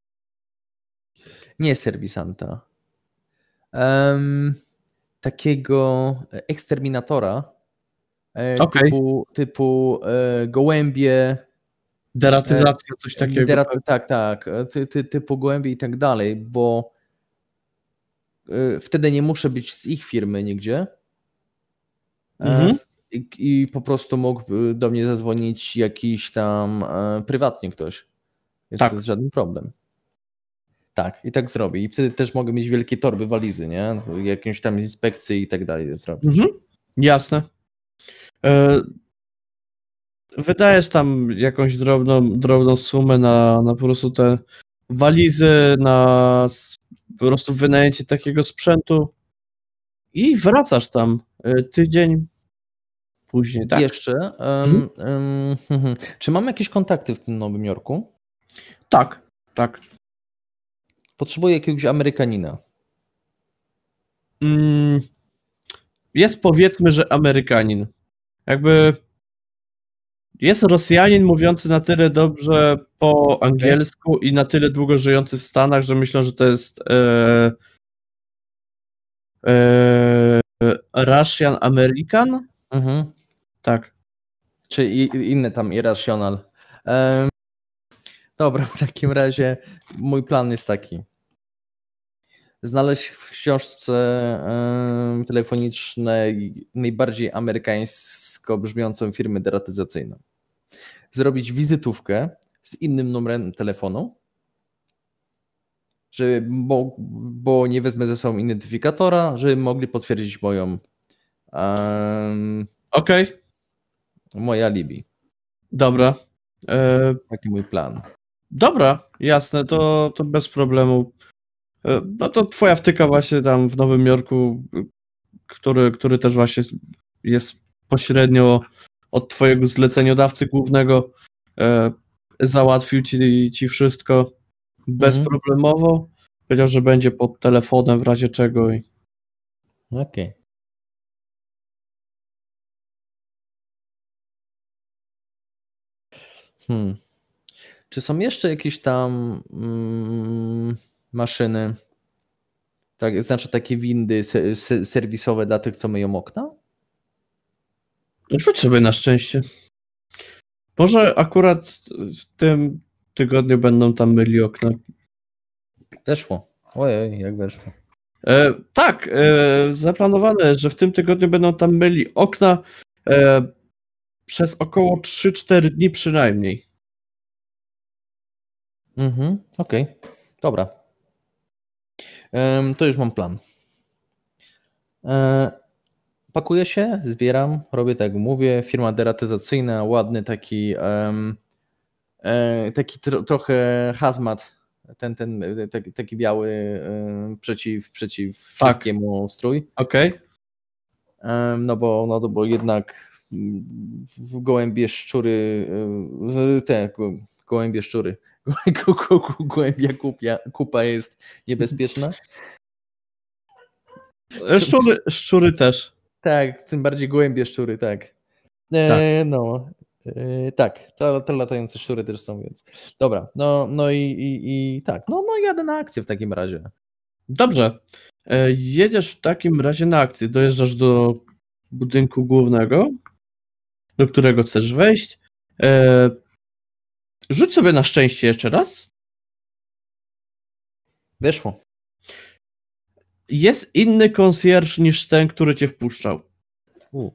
Nie serwisanta. Um, takiego eksterminatora e, okay. typu, typu e, gołębie. Deratyzacja, coś takiego. Derat, tak, tak. Ty, ty, typu gołębie i tak dalej, bo e, wtedy nie muszę być z ich firmy nigdzie. Mhm. E, i, I po prostu mógł do mnie zadzwonić jakiś tam e, prywatnie ktoś. Więc tak. To jest żaden problem. Tak, i tak zrobię. I wtedy też mogę mieć wielkie torby, walizy, nie? Jakieś tam inspekcje i tak dalej zrobić. Mhm. Jasne. E, wydajesz tam jakąś drobną, drobną sumę na, na po prostu te walizy, na po prostu wynajęcie takiego sprzętu i wracasz tam e, tydzień później, tak? Jeszcze. Um, um, um, czy mam jakieś kontakty w tym Nowym Jorku? Tak, tak. Potrzebuję jakiegoś Amerykanina. Mm, jest powiedzmy, że Amerykanin. Jakby jest Rosjanin mówiący na tyle dobrze po angielsku okay. i na tyle długo żyjący w Stanach, że myślę, że to jest e, e, Russian American. Mhm. Tak. Czy i, inne tam irracjonal. Um, dobra, w takim razie mój plan jest taki. znaleźć w książce e, telefonicznej najbardziej amerykańsko brzmiącą firmę deratyzacyjną. Zrobić wizytówkę z innym numerem telefonu, żeby, bo, bo nie wezmę ze sobą identyfikatora, żeby mogli potwierdzić moją um, Okej. Okay. moje alibi. Dobra. E... Taki mój plan. Dobra, jasne, to, to bez problemu. E, no to twoja wtyka właśnie tam w Nowym Jorku, który, który też właśnie jest pośrednio od twojego zleceniodawcy głównego, e, załatwił ci, ci wszystko bezproblemowo. Mhm. Powiedział, że będzie pod telefonem w razie czego. I... Okej. Okay. Hmm. Czy są jeszcze jakieś tam mm, maszyny, tak, znaczy takie windy se, se, serwisowe dla tych, co myją okna? Rzuć sobie na szczęście. Może akurat w tym tygodniu będą tam myli okna. Weszło. Ojej, jak weszło. E, tak, e, zaplanowane, że w tym tygodniu będą tam myli okna e, przez około trzy cztery dni przynajmniej. Mhm, okej. Okay. Dobra. Um, to już mam plan. E, pakuję się, zbieram, robię tak jak mówię, firma deratyzacyjna, ładny taki um, e, taki tro, trochę hazmat, ten, ten taki, taki biały e, przeciw, przeciw tak. wszystkiemu strój. Okej. Okay. E, no, bo, no bo jednak w gołębie szczury, te gołębie szczury, gołębia kupia, kupa jest niebezpieczna. Szczury, szczury też. Tak, tym bardziej gołębie szczury, tak. E, tak. No, e, tak, to, to latające szczury też są, więc dobra, no, no i, i, i tak, no, no jadę na akcję w takim razie. Dobrze, e, jedziesz w takim razie na akcję, dojeżdżasz do budynku głównego, do którego chcesz wejść. E, rzuć sobie na szczęście jeszcze raz. Weszło. Jest inny konsjerż niż ten, który cię wpuszczał. U.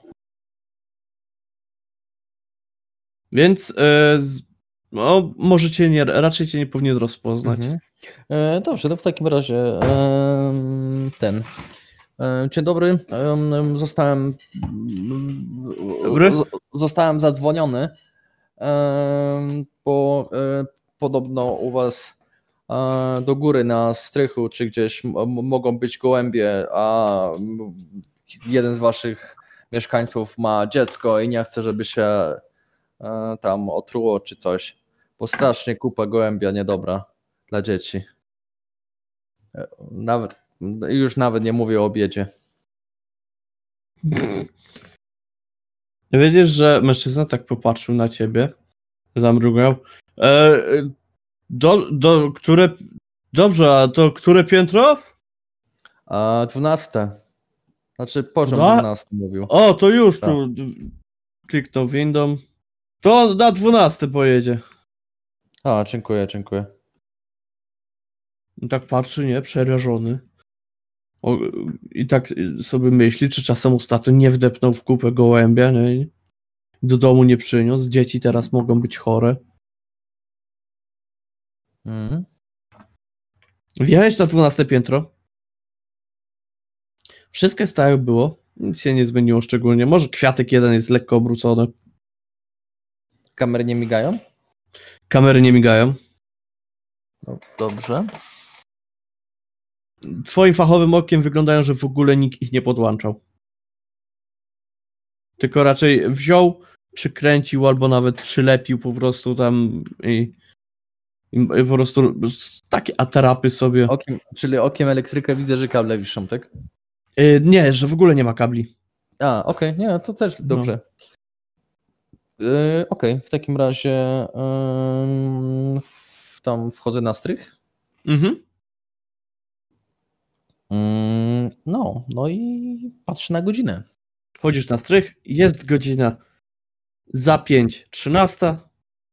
Więc e, z, no, może cię nie, raczej cię nie powinien rozpoznać. Mhm. E, dobrze, to w takim razie e, ten. E, dzień dobry. E, zostałem dobry. Z, zostałem zadzwoniony, e, bo e, podobno u was e, do góry na strychu, czy gdzieś m- mogą być gołębie, a jeden z waszych mieszkańców ma dziecko i nie chce, żeby się e, tam otruło czy coś, bo strasznie kupa gołębia niedobra dla dzieci. Nawet, już nawet nie mówię o obiedzie. Wiedziesz, że mężczyzna tak popatrzył na ciebie, zamrugał. E, do, do, które... Dobrze, a to które piętro? A dwunaste. Znaczy poziom no, dwunasty mówił. O, to już tak. Tu kliknął windą. To na dwunaste pojedzie. A, dziękuję, dziękuję. I tak patrzy, nie? Przerażony. O, i tak sobie myśli, czy czasem ostatnio nie wdepnął w kupę gołębia, nie? Do domu nie przyniósł. Dzieci teraz mogą być chore. Mhm. Wjechałeś na dwunaste piętro. Wszystko jest tak, jak było. Nic się nie zmieniło szczególnie. Może kwiatek jeden jest lekko obrócony. Kamery nie migają? Kamery nie migają. No, dobrze. Twoim fachowym okiem wyglądają, że w ogóle nikt ich nie podłączał. Tylko raczej wziął, przykręcił albo nawet przylepił po prostu tam i, i po prostu takie atrapy sobie. Okiem, czyli okiem elektryka widzę, że kable wiszą, tak? Yy, nie, że w ogóle nie ma kabli. A, okej, okay. Nie, to też dobrze. No. Yy, okej, okay. W takim razie yy, w, tam wchodzę na strych. Mhm. Yy, no, no i patrzę na godzinę. Wchodzisz na strych, jest godzina za pięć trzynasta.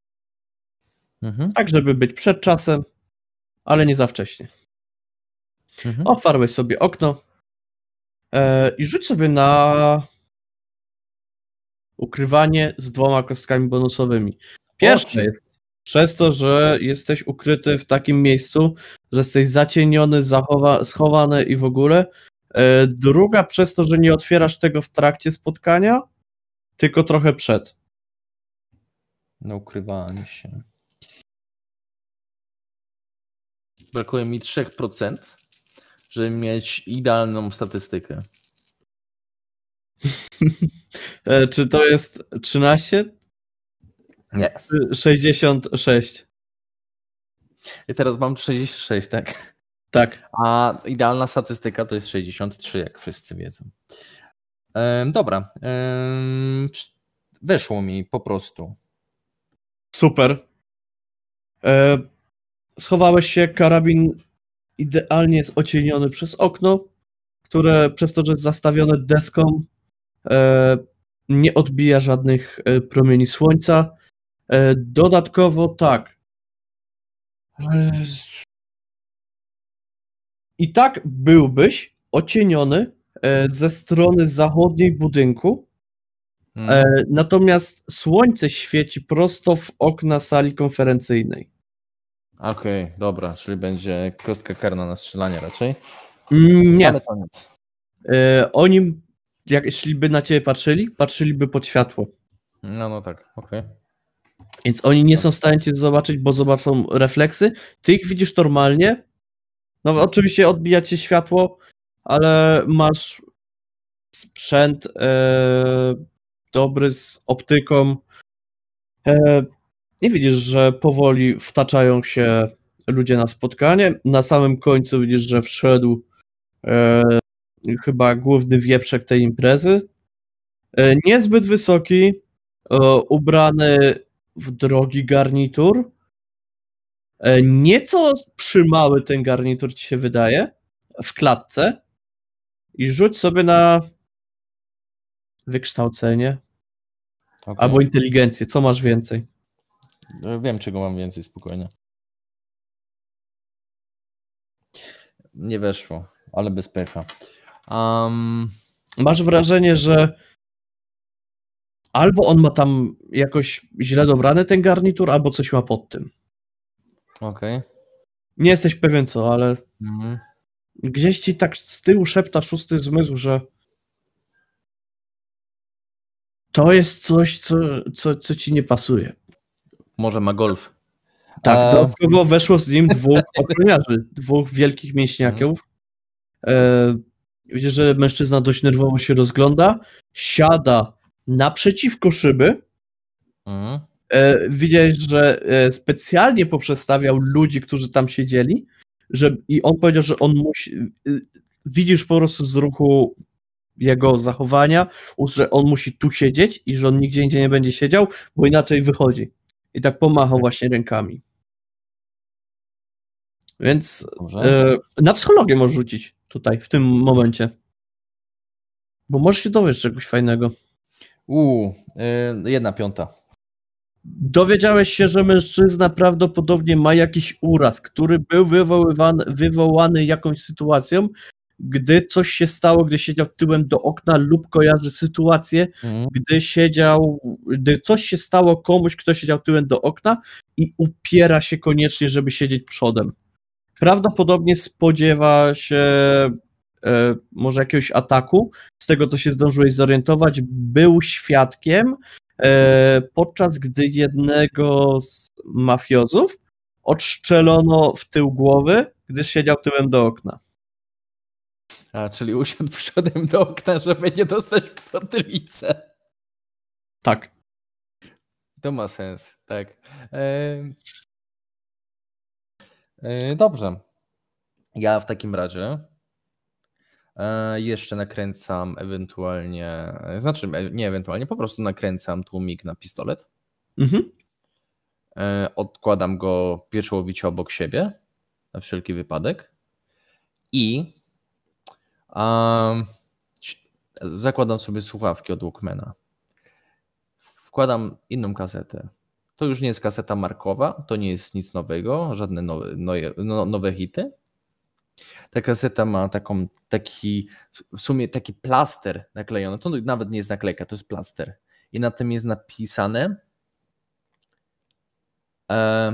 Mhm. Tak, żeby być przed czasem, ale nie za wcześnie. Mhm. Otwarłeś sobie okno e, i rzuć sobie na ukrywanie z dwoma kostkami bonusowymi. Pierwsze jest przez to, że jesteś ukryty w takim miejscu, że jesteś zacieniony, zachowa- schowany i w ogóle. E, druga przez to, że nie otwierasz tego w trakcie spotkania, tylko trochę przed. Na ukrywanie się. Brakuje mi trzy procent, żeby mieć idealną statystykę. E, czy to jest trzynaście? Nie. Czy sześćdziesiąt sześć? I teraz mam sześćdziesiąt sześć, tak? Tak. A idealna statystyka to jest sześćdziesiąt trzy, jak wszyscy wiedzą. Ehm, dobra. Ehm, weszło mi po prostu. Super. E, schowałeś się, karabin idealnie jest ocieniony przez okno, które przez to, że jest zastawione deską, e, nie odbija żadnych e, promieni słońca. E, dodatkowo tak. E, I tak byłbyś ocieniony e, ze strony zachodniej budynku, Hmm. e, natomiast słońce świeci prosto w okna sali konferencyjnej. Okej, okay, dobra, czyli będzie kostka karna na strzelanie raczej. Mm, nie. Ale to nic. E, oni, jak jeśli by na ciebie patrzyli, patrzyliby pod światło. No, no tak, okej. Okay. Więc oni nie są w stanie cię zobaczyć, bo zobaczą refleksy. Ty ich widzisz normalnie. No oczywiście odbija cię światło, ale masz sprzęt e, dobry z optyką. E, nie widzisz, że powoli wtaczają się ludzie na spotkanie. Na samym końcu widzisz, że wszedł e, chyba główny wieprzek tej imprezy. E, niezbyt wysoki, e, ubrany w drogi garnitur. E, nieco przymały ten garnitur ci się wydaje w klatce i rzuć sobie na wykształcenie Okay. albo inteligencję. Co masz więcej? Wiem, czego mam więcej, spokojnie. Nie weszło, ale bez pecha. Um... Masz wrażenie, że albo on ma tam jakoś źle dobrany ten garnitur, albo coś ma pod tym. Okej. Okay. Nie jesteś pewien co, ale mm. gdzieś ci tak z tyłu szepta szósty zmysł, że to jest coś, co, co, co ci nie pasuje. Może ma golf. Tak, dodatkowo weszło z nim dwóch ochroniarzy, dwóch wielkich mięśniaków. E, widzisz, że mężczyzna dość nerwowo się rozgląda, siada naprzeciwko szyby. Mhm. E, widziałeś, że e, specjalnie poprzestawiał ludzi, którzy tam siedzieli, że, i on powiedział, że on musi, e, widzisz po prostu z ruchu jego zachowania, że on musi tu siedzieć i że on nigdzie indziej nie będzie siedział, bo inaczej wychodzi. I tak pomachał właśnie rękami. Więc e, na psychologię możesz rzucić tutaj, w tym momencie. Bo możesz się dowiedzieć czegoś fajnego. Uuu, yy, jedna piąta. Dowiedziałeś się, że mężczyzna prawdopodobnie ma jakiś uraz, który był wywoływany, wywołany jakąś sytuacją, gdy coś się stało, gdy siedział tyłem do okna lub kojarzy sytuację, mhm. gdy siedział, gdy coś się stało komuś, kto siedział tyłem do okna i upiera się koniecznie, żeby siedzieć przodem. Prawdopodobnie spodziewa się e, może jakiegoś ataku. Z tego, co się zdążyłeś zorientować, był świadkiem, e, podczas gdy jednego z mafiozów odszczelono w tył głowy, gdyż siedział tyłem do okna. A, czyli usiadł przodem do okna, żeby nie dostać w potylicę. Tak. To ma sens, tak. Eee... Eee, dobrze. Ja w takim razie eee, jeszcze nakręcam ewentualnie, znaczy nie ewentualnie, po prostu nakręcam tłumik na pistolet. Mhm. Eee, odkładam go pieczołowicie obok siebie, na wszelki wypadek. I um, zakładam sobie słuchawki od Walkmana. Wkładam inną kasetę. To już nie jest kaseta markowa, to nie jest nic nowego, żadne nowe, nowe, no, nowe hity. ta kaseta ma taką, taki, w sumie taki plaster naklejony. To nawet nie jest naklejka, to jest plaster. I na tym jest napisane e,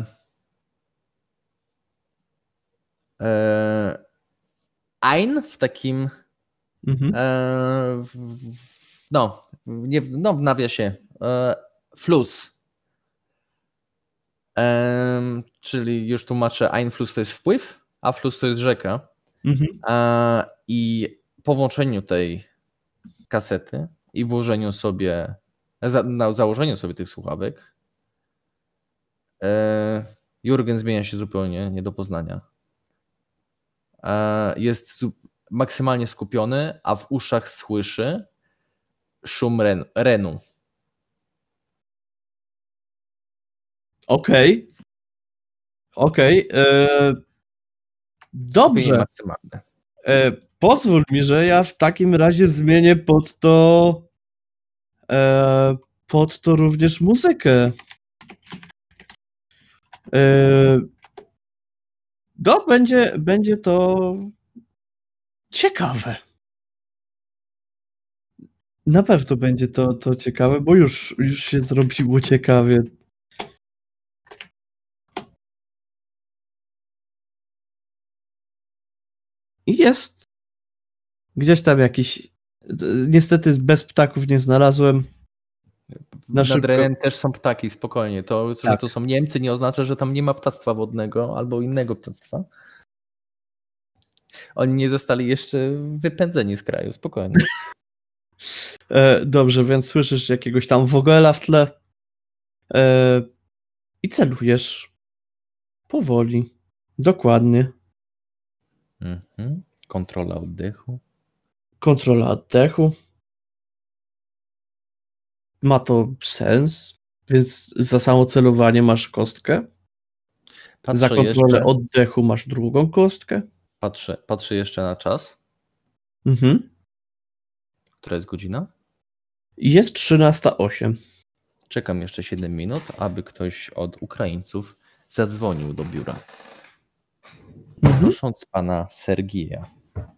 e, ein w takim Mhm. e, w, w, no, nie, w- no, w nawiasie e, Fluss. E, czyli już tłumaczę, Einfluss to jest wpływ, a Fluss to jest rzeka. Mhm. E, I po włączeniu tej kasety i włożeniu sobie, za, na założeniu sobie tych słuchawek, e, Jurgen zmienia się zupełnie, nie do poznania. E, jest zu, maksymalnie skupiony, a w uszach słyszy szum ren, renu. Okej. Okej. e, Skupienie Dobrze. maksymalne. E, pozwól mi, że ja w takim razie zmienię pod to e, pod to również muzykę. E, no, będzie, będzie to ciekawe. Na pewno będzie to, to ciekawe, bo już, już się zrobiło ciekawie. I jest gdzieś tam jakiś. Niestety bez ptaków nie znalazłem. Na Nad szybko. Renem też są ptaki, spokojnie. To, że Tak. to są Niemcy, nie oznacza, że tam nie ma ptactwa wodnego albo innego ptactwa. Oni nie zostali jeszcze wypędzeni z kraju, spokojnie. E, dobrze, więc słyszysz jakiegoś tam wogela w tle e, i celujesz powoli, dokładnie. Mhm. Kontrola oddechu. Kontrola oddechu. Ma to sens, więc za samo celowanie masz kostkę. Patrzę Za kontrolę jeszcze, oddechu masz drugą kostkę. patrzę, patrzę jeszcze na czas. Mhm. Która jest godzina? I jest trzynasta osiem. Czekam jeszcze siedem minut, aby ktoś od Ukraińców zadzwonił do biura. Mhm. Prosząc pana Sergieja.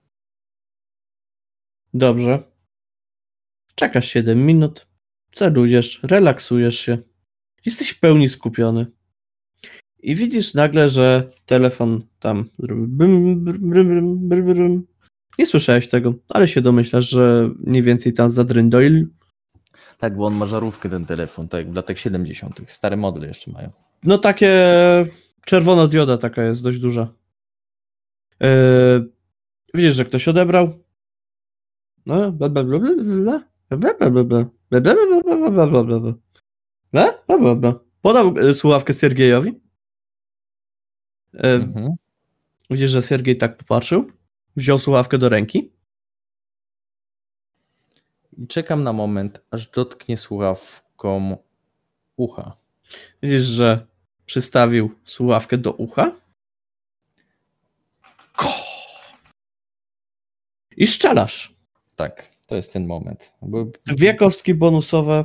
Dobrze. Czekasz siedem minut, celujesz, relaksujesz się. Jesteś w pełni skupiony. I widzisz nagle, że telefon tam zrobi bym, brum, brum, brum, brum. Nie słyszałeś tego, ale się domyślasz, że mniej więcej tam zadryndoil. Tak, bo on ma żarówkę, ten telefon, tak jak w latach siedemdziesiątych. Stare modele jeszcze mają. No takie czerwona dioda taka jest dość duża. Yy, widzisz, że ktoś odebrał. No, bla bla bla bla bla bla bla bla bla bla bla bla bla bla bla bla bla bla bla. Podał e, słuchawkę Siergiejowi. E, Mhm. Widzisz, że Siergiej tak popatrzył. Wziął słuchawkę do ręki. I czekam na moment, aż dotknie słuchawką ucha. Widzisz, że przystawił słuchawkę do ucha. I strzelasz. Tak, to jest ten moment. Bo Dwie kostki bonusowe.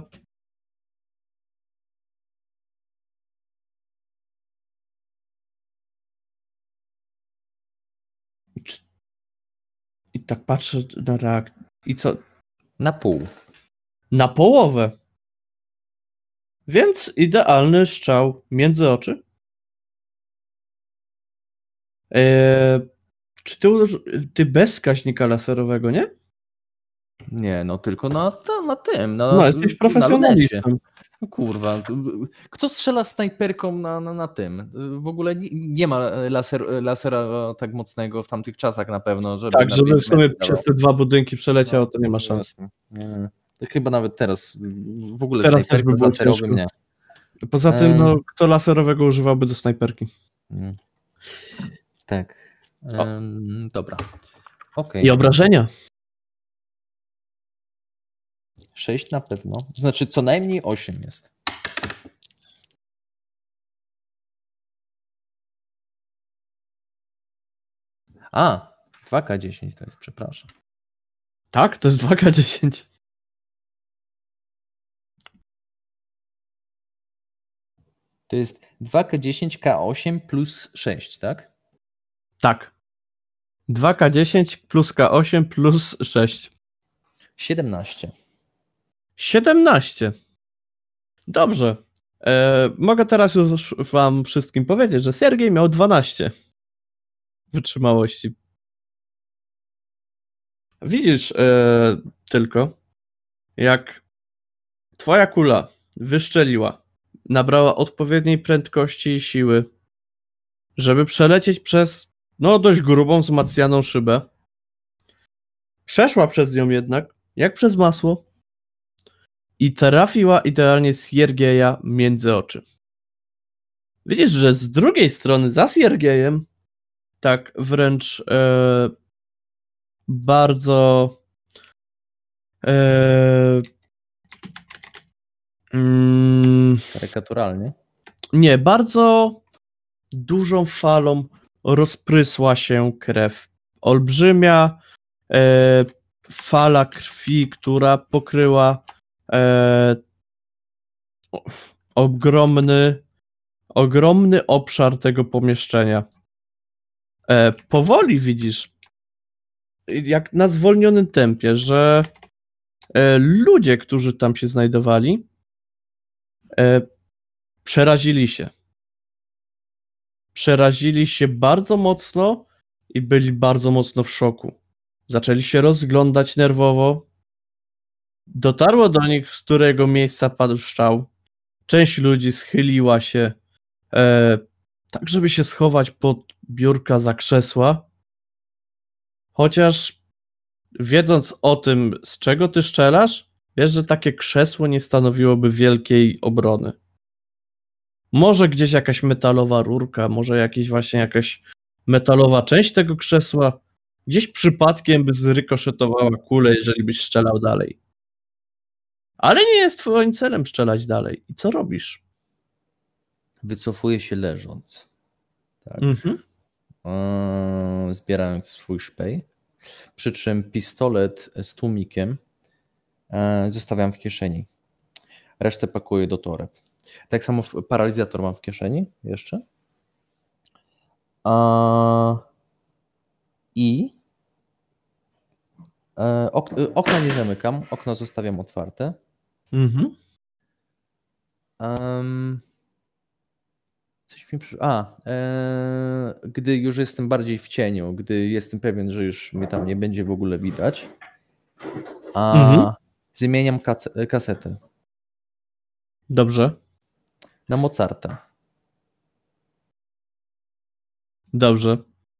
I tak patrzę na reakcję. I co? na pół. Na połowę. Więc idealny strzał między oczy. Eee, czy ty, ty bez wskaźnika laserowego, nie? Nie, no tylko na, to, na tym. Na, No, jesteś na profesjonalistą. lunecie. No kurwa, kto strzela snajperką na, na, na tym? W ogóle nie, nie ma laser, lasera tak mocnego w tamtych czasach na pewno. Żeby Tak, na żeby pięć w sumie metrów przez dawał. te dwa budynki przeleciało, No, to nie ma no szans. jasne. Nie. To chyba nawet teraz w ogóle Teraz też snajperka by z było laserowym ciężko. nie. Poza tym, Em. no, kto laserowego używałby do snajperki? Mm. Tak. Em, dobra. Okej. I obrażenia. sześć na pewno. Znaczy co najmniej osiem jest. A, dwa K dziesięć to jest, przepraszam. Tak, to jest dwa K dziesięć. To jest dwa K dziesięć K osiem plus sześć, tak? Tak. dwa K dziesięć plus K osiem plus sześć. siedemnaście. siedemnaście. Dobrze. E, mogę teraz już wam wszystkim powiedzieć, że Siergiej miał dwanaście wytrzymałości. Widzisz e, tylko, jak twoja kula wyszczeliła, nabrała odpowiedniej prędkości i siły, żeby przelecieć przez no dość grubą, wzmacnianą szybę. Przeszła przez nią jednak, jak przez masło, i trafiła idealnie Siergieja między oczy. Widzisz, że z drugiej strony, za Siergiejem, tak wręcz e, bardzo e, mm, Karykaturalnie. nie, bardzo dużą falą rozprysła się krew. Olbrzymia e, fala krwi, która pokryła e, ogromny, ogromny obszar tego pomieszczenia. E, powoli widzisz, jak na zwolnionym tempie, że e, ludzie, którzy tam się znajdowali, e, przerazili się. Przerazili się bardzo mocno i byli bardzo mocno w szoku. Zaczęli się rozglądać nerwowo. Dotarło do nich, z którego miejsca padł strzał. Część ludzi schyliła się, e, tak żeby się schować pod biurka za krzesła. Chociaż wiedząc o tym, z czego ty strzelasz, wiesz, że takie krzesło nie stanowiłoby wielkiej obrony. Może gdzieś jakaś metalowa rurka, może jakieś właśnie jakaś metalowa część tego krzesła, gdzieś przypadkiem by zrykoszetowała kulę, jeżeli byś strzelał dalej. Ale nie jest twoim celem strzelać dalej. I co robisz? Wycofuję się leżąc. Tak. Mhm. Eee, zbierając swój szpej. Przy czym pistolet z tłumikiem e, zostawiam w kieszeni. Resztę pakuję do toreb. Tak samo paralizator mam w kieszeni jeszcze. A, I e, ok, okna nie zamykam, okno zostawiam otwarte. Mhm. Um, coś mi przy... A, e, gdy już jestem bardziej w cieniu, gdy jestem pewien, że już mnie tam nie będzie w ogóle widać, a Mhm. zmieniam kac- kasetę Dobrze. na Mozarta. Dobrze.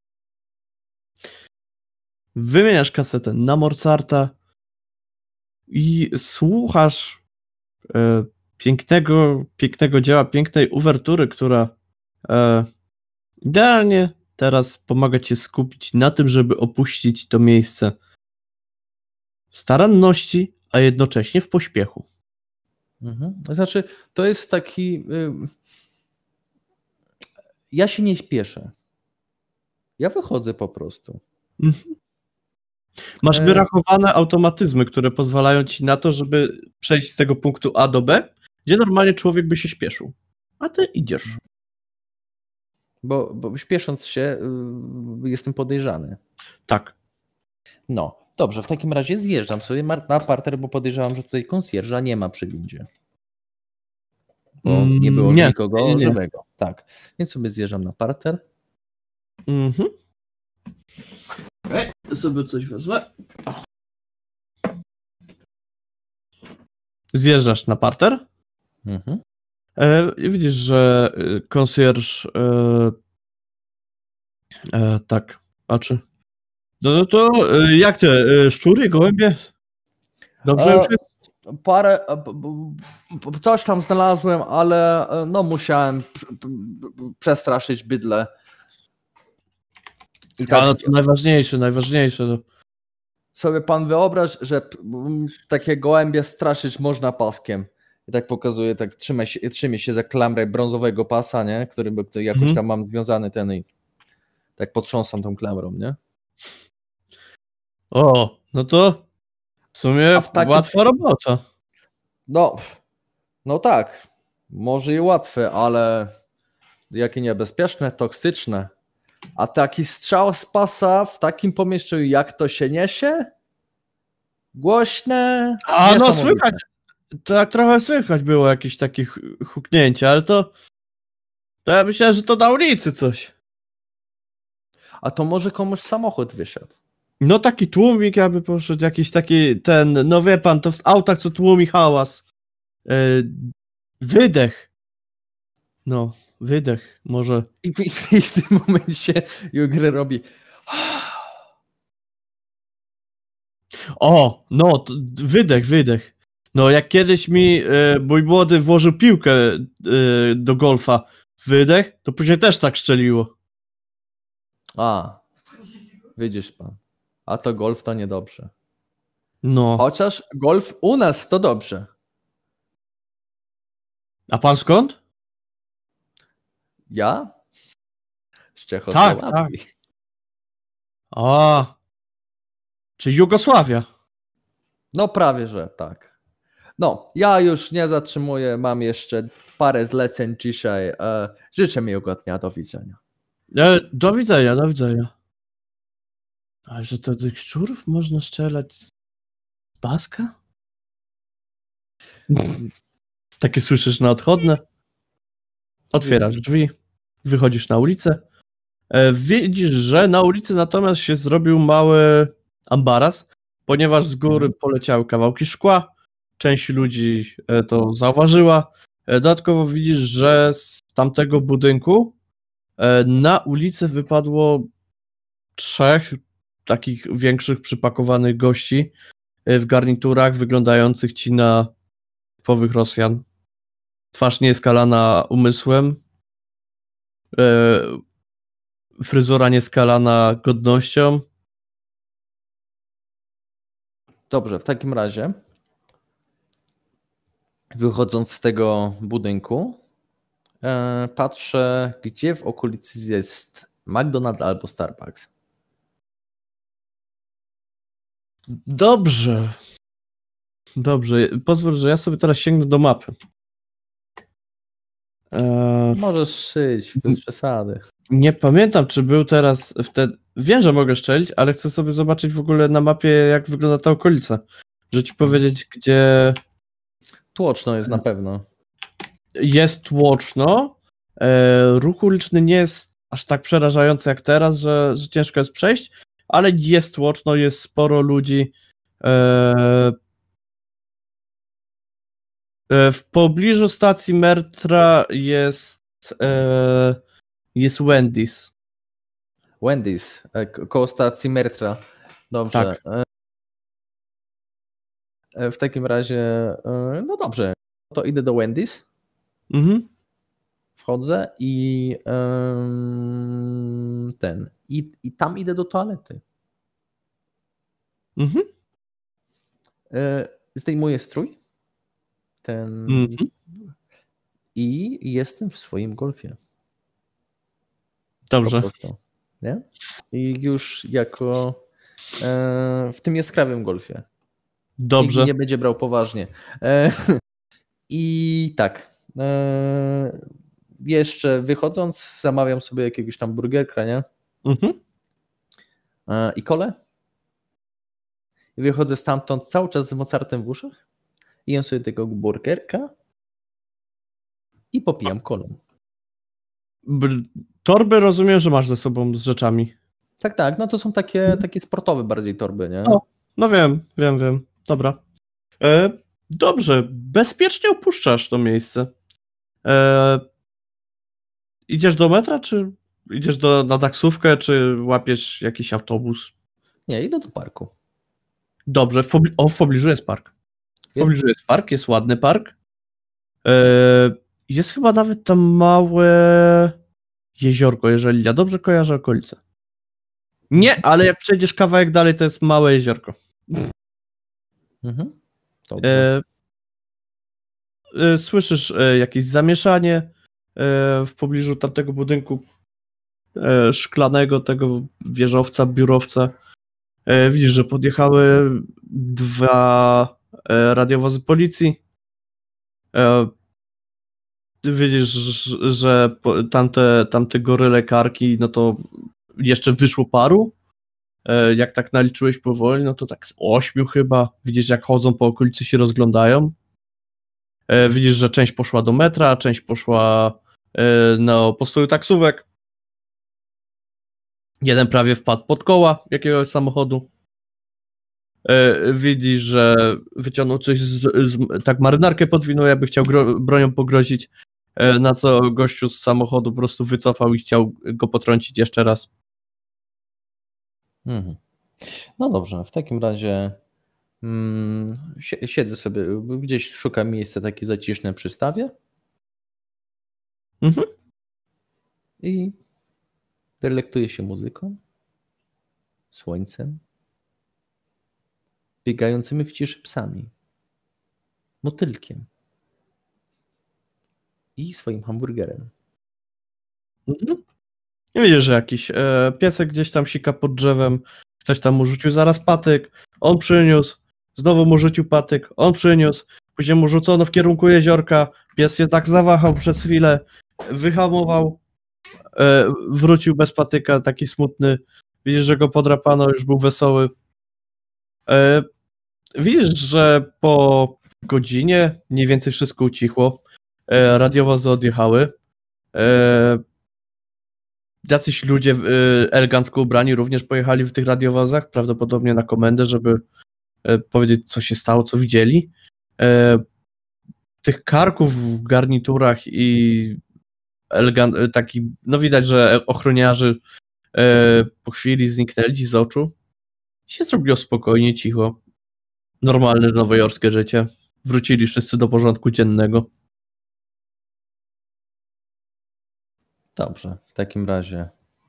Wymieniasz kasetę na Mozarta i słuchasz e, pięknego, pięknego dzieła, pięknej uwertury, która e, idealnie teraz pomaga ci skupić na tym, żeby opuścić to miejsce w staranności, a jednocześnie w pośpiechu. Mhm. Znaczy, to jest taki... Y... Ja się nie śpieszę. Ja wychodzę po prostu. Mhm. Masz E... wyrachowane automatyzmy, które pozwalają ci na to, żeby przejść z tego punktu A do B, gdzie normalnie człowiek by się śpieszył. A ty idziesz. Bo, bo śpiesząc się, y... jestem podejrzany. Tak. No, dobrze, w takim razie zjeżdżam sobie na parter, bo podejrzewam, że tutaj konsjerża nie ma przy windzie. Bo nie było nie, nikogo nie, nie. żywego. Tak, więc sobie zjeżdżam na parter. Mhm. Okay. Sobie coś wezmę. O. Zjeżdżasz na parter. Mhm. E, widzisz, że konsjerż e, e, tak patrzy. No, no to e, jak te e, szczury, gołębie? Dobrze E, już jest? Parę, coś tam znalazłem, ale no musiałem przestraszyć bydlę. I tak A, no to najważniejsze, najważniejsze. No. sobie pan wyobraź, że takie gołębie straszyć można paskiem. I tak pokazuję, tak trzymaj się, trzymaj się za klamrę brązowego pasa, nie? Który, który jakoś Mhm. tam mam związany ten i tak potrząsam tą klamrą, nie? O, no to w sumie w takim... łatwa robota. No, no tak, może i łatwe, ale jakie niebezpieczne, toksyczne. A taki strzał z pasa w takim pomieszczeniu, jak to się niesie? Głośne. A no słychać, tak trochę słychać było jakieś takie huknięcie, ale to, to ja myślałem, że to na ulicy coś. A to może komuś samochód wyszedł. No taki tłumik jakby poszedł, jakiś taki ten, no wie pan, to w autach co tłumi hałas. Yy, wydech. No, wydech, może. I, i, i w tym momencie Jurgen robi O, no, to wydech, wydech. No, jak kiedyś mi e, mój młody włożył piłkę e, do golfa, wydech, to później też tak szczeliło. A, widzisz pan. A to golf to niedobrze. No. Chociaż golf u nas to dobrze. A pan skąd? Ja? Z Czechosłowacji. Tak, tak. A, czy Jugosławia? No prawie, że tak. No, ja już nie zatrzymuję, mam jeszcze parę zleceń dzisiaj. E, życzę miłego dnia, do widzenia. E, do widzenia, do widzenia. Ale że to tych szczurów można strzelać z paska? Takie słyszysz na odchodne. Otwierasz drzwi, wychodzisz na ulicę. E, widzisz, że na ulicy natomiast się zrobił mały ambaras, ponieważ z góry poleciały kawałki szkła. Część ludzi e, to zauważyła. E, dodatkowo widzisz, że z tamtego budynku e, na ulicę wypadło trzech takich większych przypakowanych gości e, w garniturach wyglądających ci na typowych Rosjan. Twarz nieskalana umysłem, e, fryzura nieskalana godnością. Dobrze, w takim razie wychodząc z tego budynku e, patrzę, gdzie w okolicy jest McDonald's albo Starbucks. Dobrze. Dobrze. Pozwól, że ja sobie teraz sięgnę do mapy. Eee, Możesz szyć, bez przesady. nie pamiętam, czy był teraz wtedy... Wiem, że mogę szczelić, ale chcę sobie zobaczyć w ogóle na mapie, jak wygląda ta okolica. Żeby ci powiedzieć, gdzie... Tłoczno jest na pewno. Jest tłoczno. Eee, ruch uliczny nie jest aż tak przerażający jak teraz, że, że ciężko jest przejść, ale jest tłoczno, jest sporo ludzi. Eee, W pobliżu stacji metra jest, e, jest Wendy's. Wendy's, e, ko- koło stacji metra. Dobrze. Tak. E, w takim razie, e, no dobrze, to idę do Wendy's, Mhm. wchodzę i em, ten, i, i tam idę do toalety. Mhm. E, zdejmuję strój ten Mhm. i jestem w swoim golfie. Dobrze. Po prostu, nie? I już jako e, w tym jaskrawym golfie. Dobrze. Nikt nie będzie brał poważnie. E, I tak. E, jeszcze wychodząc, zamawiam sobie jakiegoś tam burgerka, nie? Mhm. E, I kolę. I wychodzę stamtąd cały czas z Mozartem w uszach. I jem sobie tego burgerka i popijam kolą. Br- torby rozumiem, że masz ze sobą z rzeczami. Tak, tak. No to są takie, takie sportowe bardziej torby, nie? O, no wiem, wiem, wiem. Dobra. E, dobrze. Bezpiecznie opuszczasz to miejsce. E, idziesz do metra, czy idziesz do, na taksówkę, czy łapiesz jakiś autobus? Nie, idę do parku. Dobrze. W pobli- o, w pobliżu jest park. W Wiem. pobliżu jest park, jest ładny park. E, jest chyba nawet tam małe jeziorko, jeżeli ja dobrze kojarzę okolice. Nie, ale jak przejdziesz kawałek dalej, to jest małe jeziorko. Mhm. Dobrze. E, e, słyszysz e, jakieś zamieszanie e, w pobliżu tamtego budynku e, szklanego, tego wieżowca, biurowca. E, widzisz, że podjechały dwa e, radiowozy policji. E, widzisz, że tamte, tamte goryle karki, no to jeszcze wyszło paru. Jak tak naliczyłeś powoli, no to tak z ośmiu chyba. Widzisz, jak chodzą po okolicy, się rozglądają. Widzisz, że część poszła do metra, część poszła na postoju taksówek. Jeden prawie wpadł pod koła jakiegoś samochodu. Widzisz, że wyciągnął coś, z, z, tak marynarkę podwinął, jakby chciał gro, bronią pogrozić, na co gościu z samochodu po prostu wycofał i chciał go potrącić jeszcze raz. Mhm. No dobrze, w takim razie mm, siedzę sobie, gdzieś szukam miejsca takie zaciszne przy stawie. Mhm. I delektuję się muzyką, słońcem, biegającymi w ciszy psami, motylkiem i swoim hamburgerem. Mhm. Nie widzisz, że jakiś e, piesek gdzieś tam sika pod drzewem, ktoś tam mu rzucił zaraz patyk, on przyniósł, znowu mu rzucił patyk, on przyniósł, później mu rzucono w kierunku jeziorka, pies się tak zawahał przez chwilę, wyhamował, e, wrócił bez patyka, taki smutny, widzisz, że go podrapano, już był wesoły. E, widzisz, że po godzinie mniej więcej wszystko ucichło, e, radiowozy odjechały, e, jacyś ludzie y, elegancko ubrani również pojechali w tych radiowozach, prawdopodobnie na komendę, żeby y, powiedzieć, co się stało, co widzieli. Y, tych karków w garniturach i elegant, y, taki, no widać, że ochroniarzy y, po chwili zniknęli z oczu. Się zrobiło spokojnie, cicho. Normalne nowojorskie życie. Wrócili wszyscy do porządku dziennego. Dobrze, w takim razie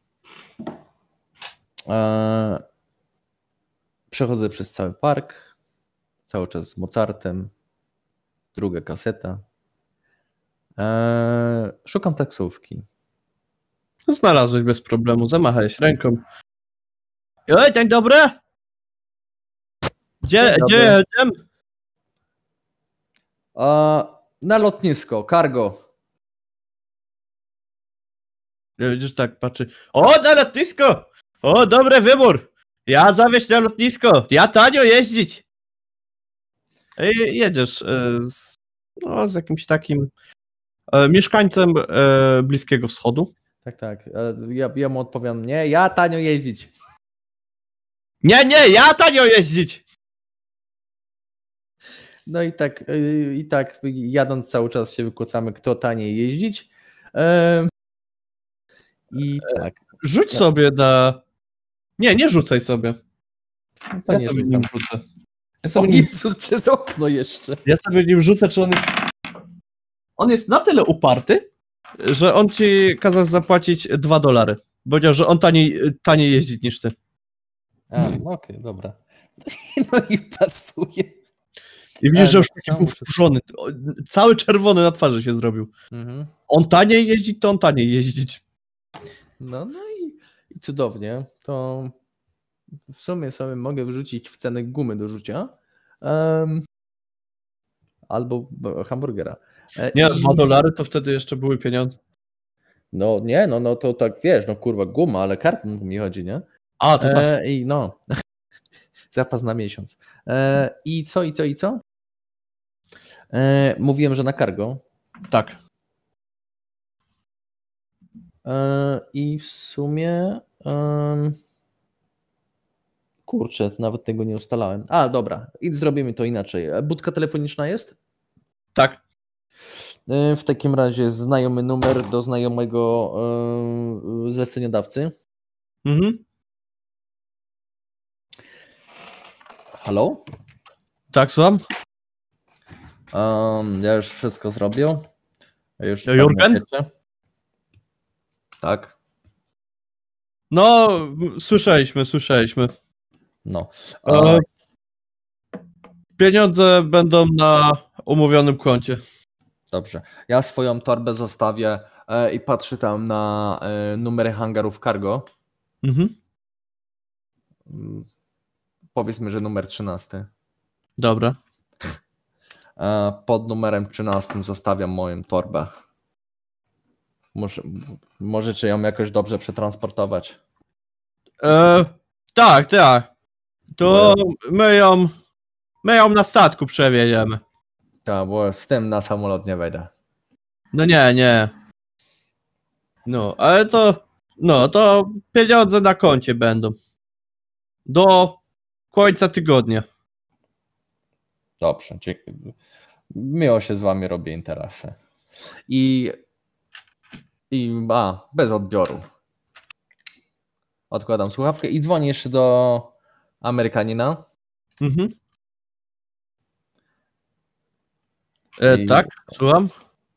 e, przechodzę przez cały park, cały czas z Mozartem, druga kaseta. E, szukam taksówki. Znalazłeś bez problemu, zamachałeś ręką. Oj, dzień dobry! Gdzie, gdzie jedziemy? E, na lotnisko, cargo. Ja widzisz, tak patrzy. O, na lotnisko! O, dobry wybór! Ja zawieźć na lotnisko! Ja tanio jeździć! I jedziesz e, z, no, z jakimś takim e, mieszkańcem e, Bliskiego Wschodu. Tak, tak. E, ja, ja mu odpowiadam, nie, ja tanio jeździć. Nie, nie, ja tanio jeździć! No i tak, e, i tak jadąc cały czas się wykłócamy, kto taniej jeździć. E, I tak. Rzuć ja. sobie na... Nie, nie rzucaj sobie. No to ja nie sobie rzucam. nim rzucę. Ja sobie O nim... Jezus, przez okno jeszcze. Ja sobie nim rzucę, czy on jest... On jest na tyle uparty, że on ci kazał zapłacić dwa dolary. Powiedział, że on taniej, taniej jeździ niż ty. A, no okej, okay, dobra. No i pasuje. I widzisz, że już taki był wkurzony. Cały czerwony na twarzy się zrobił. Mhm. On taniej jeździ, to on taniej jeździć. No, no i, i cudownie. To w sumie sobie mogę wrzucić w cenę gumy do rzucia. Um, albo hamburgera. Nie, I... dwa dolary to wtedy jeszcze były pieniądze. No nie, no, no to tak wiesz, no kurwa guma, ale kartą mi chodzi, nie? A, to tak. E, I no, zapas na miesiąc. E, I co, i co, i co? E, mówiłem, że na cargo. Tak. E, I w sumie... Um, kurczę, nawet tego nie ustalałem. A, dobra, i zrobimy to inaczej. Budka telefoniczna jest? Tak. E, w takim razie znajomy numer do znajomego e, zleceniodawcy. Mhm. Halo? Tak, słucham? Um, ja już wszystko zrobię. Ja już Jurgen? Tak. No, słyszeliśmy, słyszeliśmy. No. E, pieniądze będą na umówionym koncie. Dobrze. Ja swoją torbę zostawię e, i patrzę tam na e, numery hangarów cargo. Mhm. Powiedzmy, że numer trzynasty. Dobra. E, pod numerem trzynastym zostawiam moją torbę. Może, możecie ją jakoś dobrze przetransportować. E, tak, tak. To my ją, my ją na statku przewieziemy. Tak, bo z tym na samolot nie wejdę. No nie, nie. No, ale to, no, to pieniądze na koncie będą. Do końca tygodnia. Dobrze, dziękuję. Miło się z wami robię interesy. I, i a, bez odbioru. Odkładam słuchawkę i dzwonię jeszcze do Amerykanina. Mhm. E, I, tak, słucham.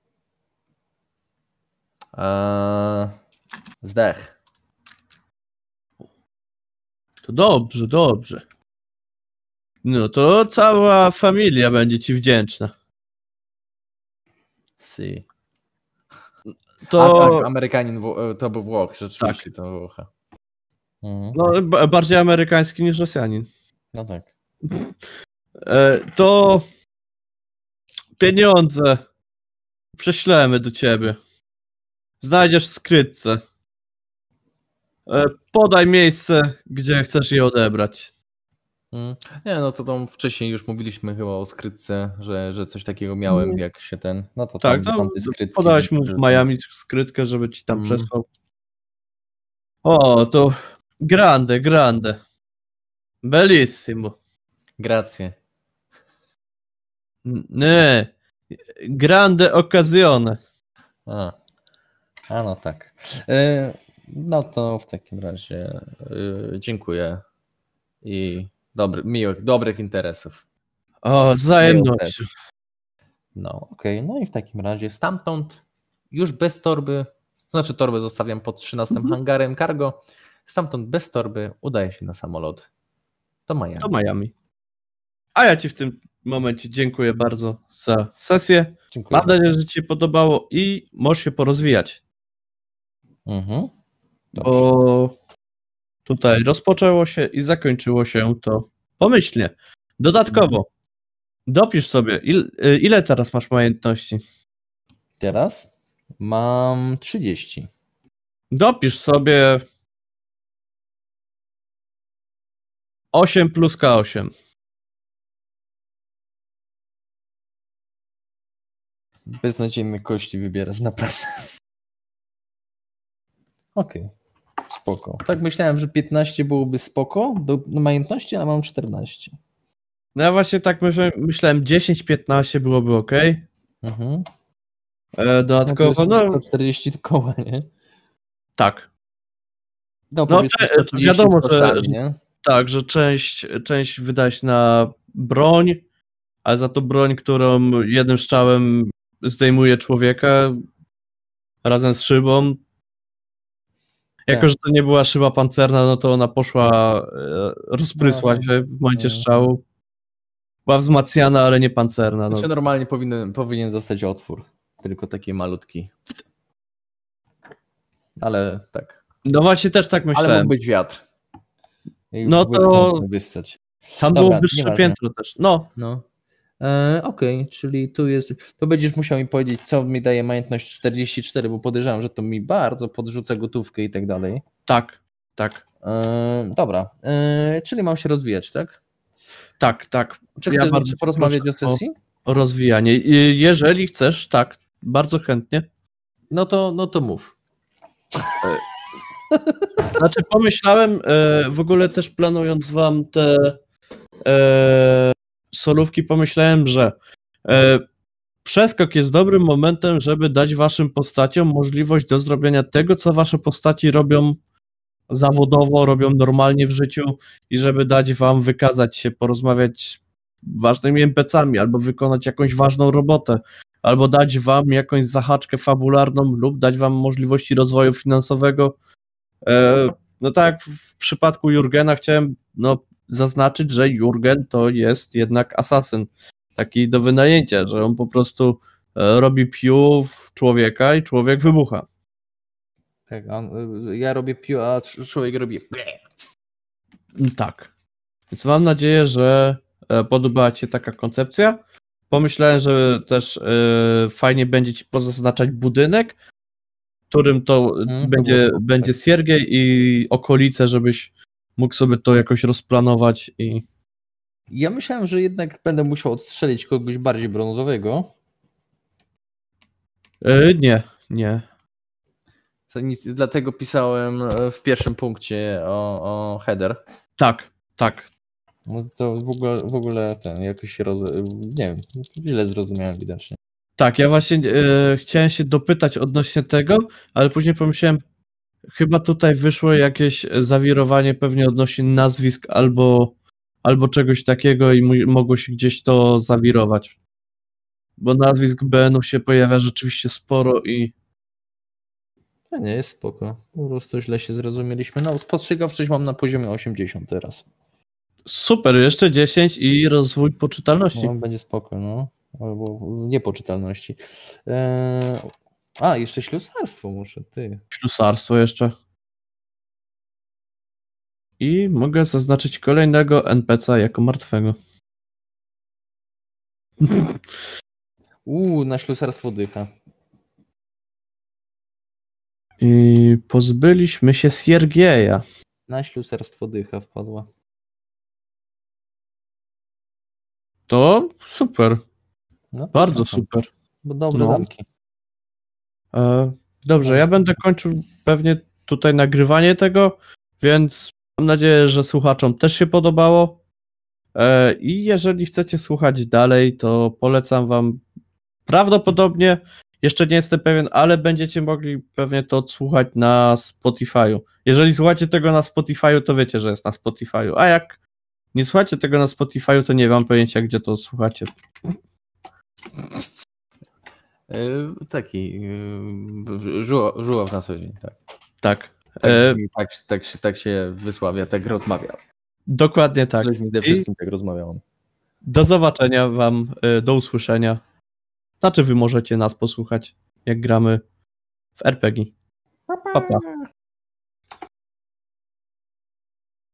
E, zdech. To dobrze, dobrze. No to cała familia będzie ci wdzięczna. Si. To A tak, Amerykanin, to był Włoch, rzeczywiście, tak. to Włocha. Mhm. No, b- bardziej amerykański niż Rosjanin. No tak. E, to pieniądze prześlemy do ciebie. Znajdziesz w skrytce. E, podaj miejsce, gdzie chcesz je odebrać. Mhm. Nie, no to tam wcześniej już mówiliśmy chyba o skrytce, że, że coś takiego miałem, Mhm. jak się ten, no to Tak, tam, to tam te skrytki. podałeś mu w że- Miami skrytkę, żeby ci tam Mhm. przesłał. O, to grande, grande. Bellissimo. Grazie. Nie, grande occasione. A, a no tak. E, no to w takim razie e, dziękuję i dobry, miłych, dobrych interesów. O, z wzajemnością. No okej, no i w takim razie stamtąd już bez torby, to znaczy torbę zostawiam pod trzynastym Mhm. hangarem cargo, stamtąd bez torby udaje się na samolot do Miami. Do Miami. A ja ci w tym momencie dziękuję bardzo za sesję. Dziękuję. Mam nadzieję, że ci się podobało i możesz się porozwijać. Mhm. Dobrze. Bo tutaj rozpoczęło się i zakończyło się to pomyślnie. Dodatkowo, dopisz sobie, il, ile teraz masz majątności? Teraz mam trzydzieści. Dopisz sobie osiem plus K osiem. Beznadziejne kości wybierasz, naprawdę. Okej, spoko. Tak myślałem, że piętnaście byłoby spoko do, do majątności, a mam czternaście. No ja właśnie tak myślałem, myślałem dziesięć piętnaście byłoby ok. Mhm. E, dodatkowo, no, to no, jest sto czterdzieści koła, nie? tak. No, No, powiedzmy cze- sto czterdzieści wiadomo, z kosztami, że- nie? Tak, że część, część wydać na broń, ale za to broń, którą jednym strzałem zdejmuje człowieka razem z szybą. Jako, Tak. że to nie była szyba pancerna, no to ona poszła, e, rozprysła Aha. się w momencie Mhm. strzału. Była wzmacniana, ale nie pancerna. No. Znaczy normalnie powinien, powinien zostać otwór, tylko taki malutki. Ale tak. no właśnie też tak Ale myślałem. mógł być wiatr. I No wy- to- Wyssać. Tam Dobra, było wyższe nieważne. piętro też. No, No. E, Okej, czyli tu jest. To będziesz musiał mi powiedzieć, co mi daje majątność czterdzieści cztery, bo podejrzewam, że to mi bardzo podrzuca gotówkę i tak dalej. tak, tak, E, dobra, e, czyli mam się rozwijać, tak? tak, tak. Czy Ja chcesz bardzo jeszcze porozmawiać o proszę o- sesji? O rozwijanie. I jeżeli chcesz, tak, bardzo chętnie. No to, no to mów. Znaczy pomyślałem, e, w ogóle też planując wam te e, solówki, pomyślałem, że e, przeskok jest dobrym momentem, żeby dać waszym postaciom możliwość do zrobienia tego, co wasze postaci robią zawodowo, robią normalnie w życiu i żeby dać wam wykazać się, porozmawiać z ważnymi en pe ce ami, albo wykonać jakąś ważną robotę, albo dać wam jakąś zahaczkę fabularną lub dać wam możliwości rozwoju finansowego. E, no tak jak w przypadku Jurgena chciałem no, zaznaczyć, że Jurgen to jest jednak asasyn, taki do wynajęcia, że on po prostu e, robi piu w człowieka i człowiek wybucha. Tak, on, ja robię piu, a człowiek robi. Tak. Więc mam nadzieję, że e, podobała ci się taka koncepcja. Pomyślałem, że też e, fajnie będzie ci pozaznaczać budynek, którym to Mm, to będzie, było spoko, będzie tak. Siergiej i okolice, żebyś mógł sobie to jakoś rozplanować i... Ja myślałem, że jednak będę musiał odstrzelić kogoś bardziej brązowego. E, nie, nie. Za nic- Dlatego pisałem e, w pierwszym punkcie o, o header. Tak, tak. No to w ogóle, w ogóle ten jakoś się roz... Nie wiem, źle zrozumiałem widocznie. Tak, ja właśnie e, chciałem się dopytać odnośnie tego, ale później pomyślałem, chyba tutaj wyszło jakieś zawirowanie pewnie odnośnie nazwisk albo, albo czegoś takiego i mu- mogło się gdzieś to zawirować. Bo nazwisk B N-ów się pojawia rzeczywiście sporo i To nie jest spoko. Po prostu źle się zrozumieliśmy. No, spostrzegawczość mam na poziomie osiemdziesiąt teraz. super, jeszcze dziesięć i rozwój poczytalności. No, będzie spoko, no. Albo niepoczytalności. Eee... A, jeszcze ślusarstwo muszę, ty. Ślusarstwo jeszcze. I mogę zaznaczyć kolejnego N P C jako martwego. Uuu, na ślusarstwo dycha. I pozbyliśmy się Siergieja. Na ślusarstwo dycha wpadła. To super, No, to bardzo są- super. Bo dobre No. zamki. E, dobrze, ja będę kończył pewnie tutaj nagrywanie tego, więc mam nadzieję, że słuchaczom też się podobało. E, I jeżeli chcecie słuchać dalej, to polecam wam prawdopodobnie, jeszcze nie jestem pewien, ale będziecie mogli pewnie to odsłuchać na Spotify'u. Jeżeli słuchacie tego na Spotify'u, to wiecie, że jest na Spotify'u, a jak nie słuchacie tego na Spotify'u, to nie mam pojęcia, gdzie to słuchacie. Yy, taki. Yy, żuław, żuław na co dzień, tak. Tak. Tak, E, brzmi, tak, tak, się- tak się wysławia, tak rozmawia. dokładnie tak. Coś mi ze I wszystkim tak rozmawiał. do zobaczenia wam, e, do usłyszenia. Znaczy wy możecie nas posłuchać, jak gramy w R P G. Pa, pa.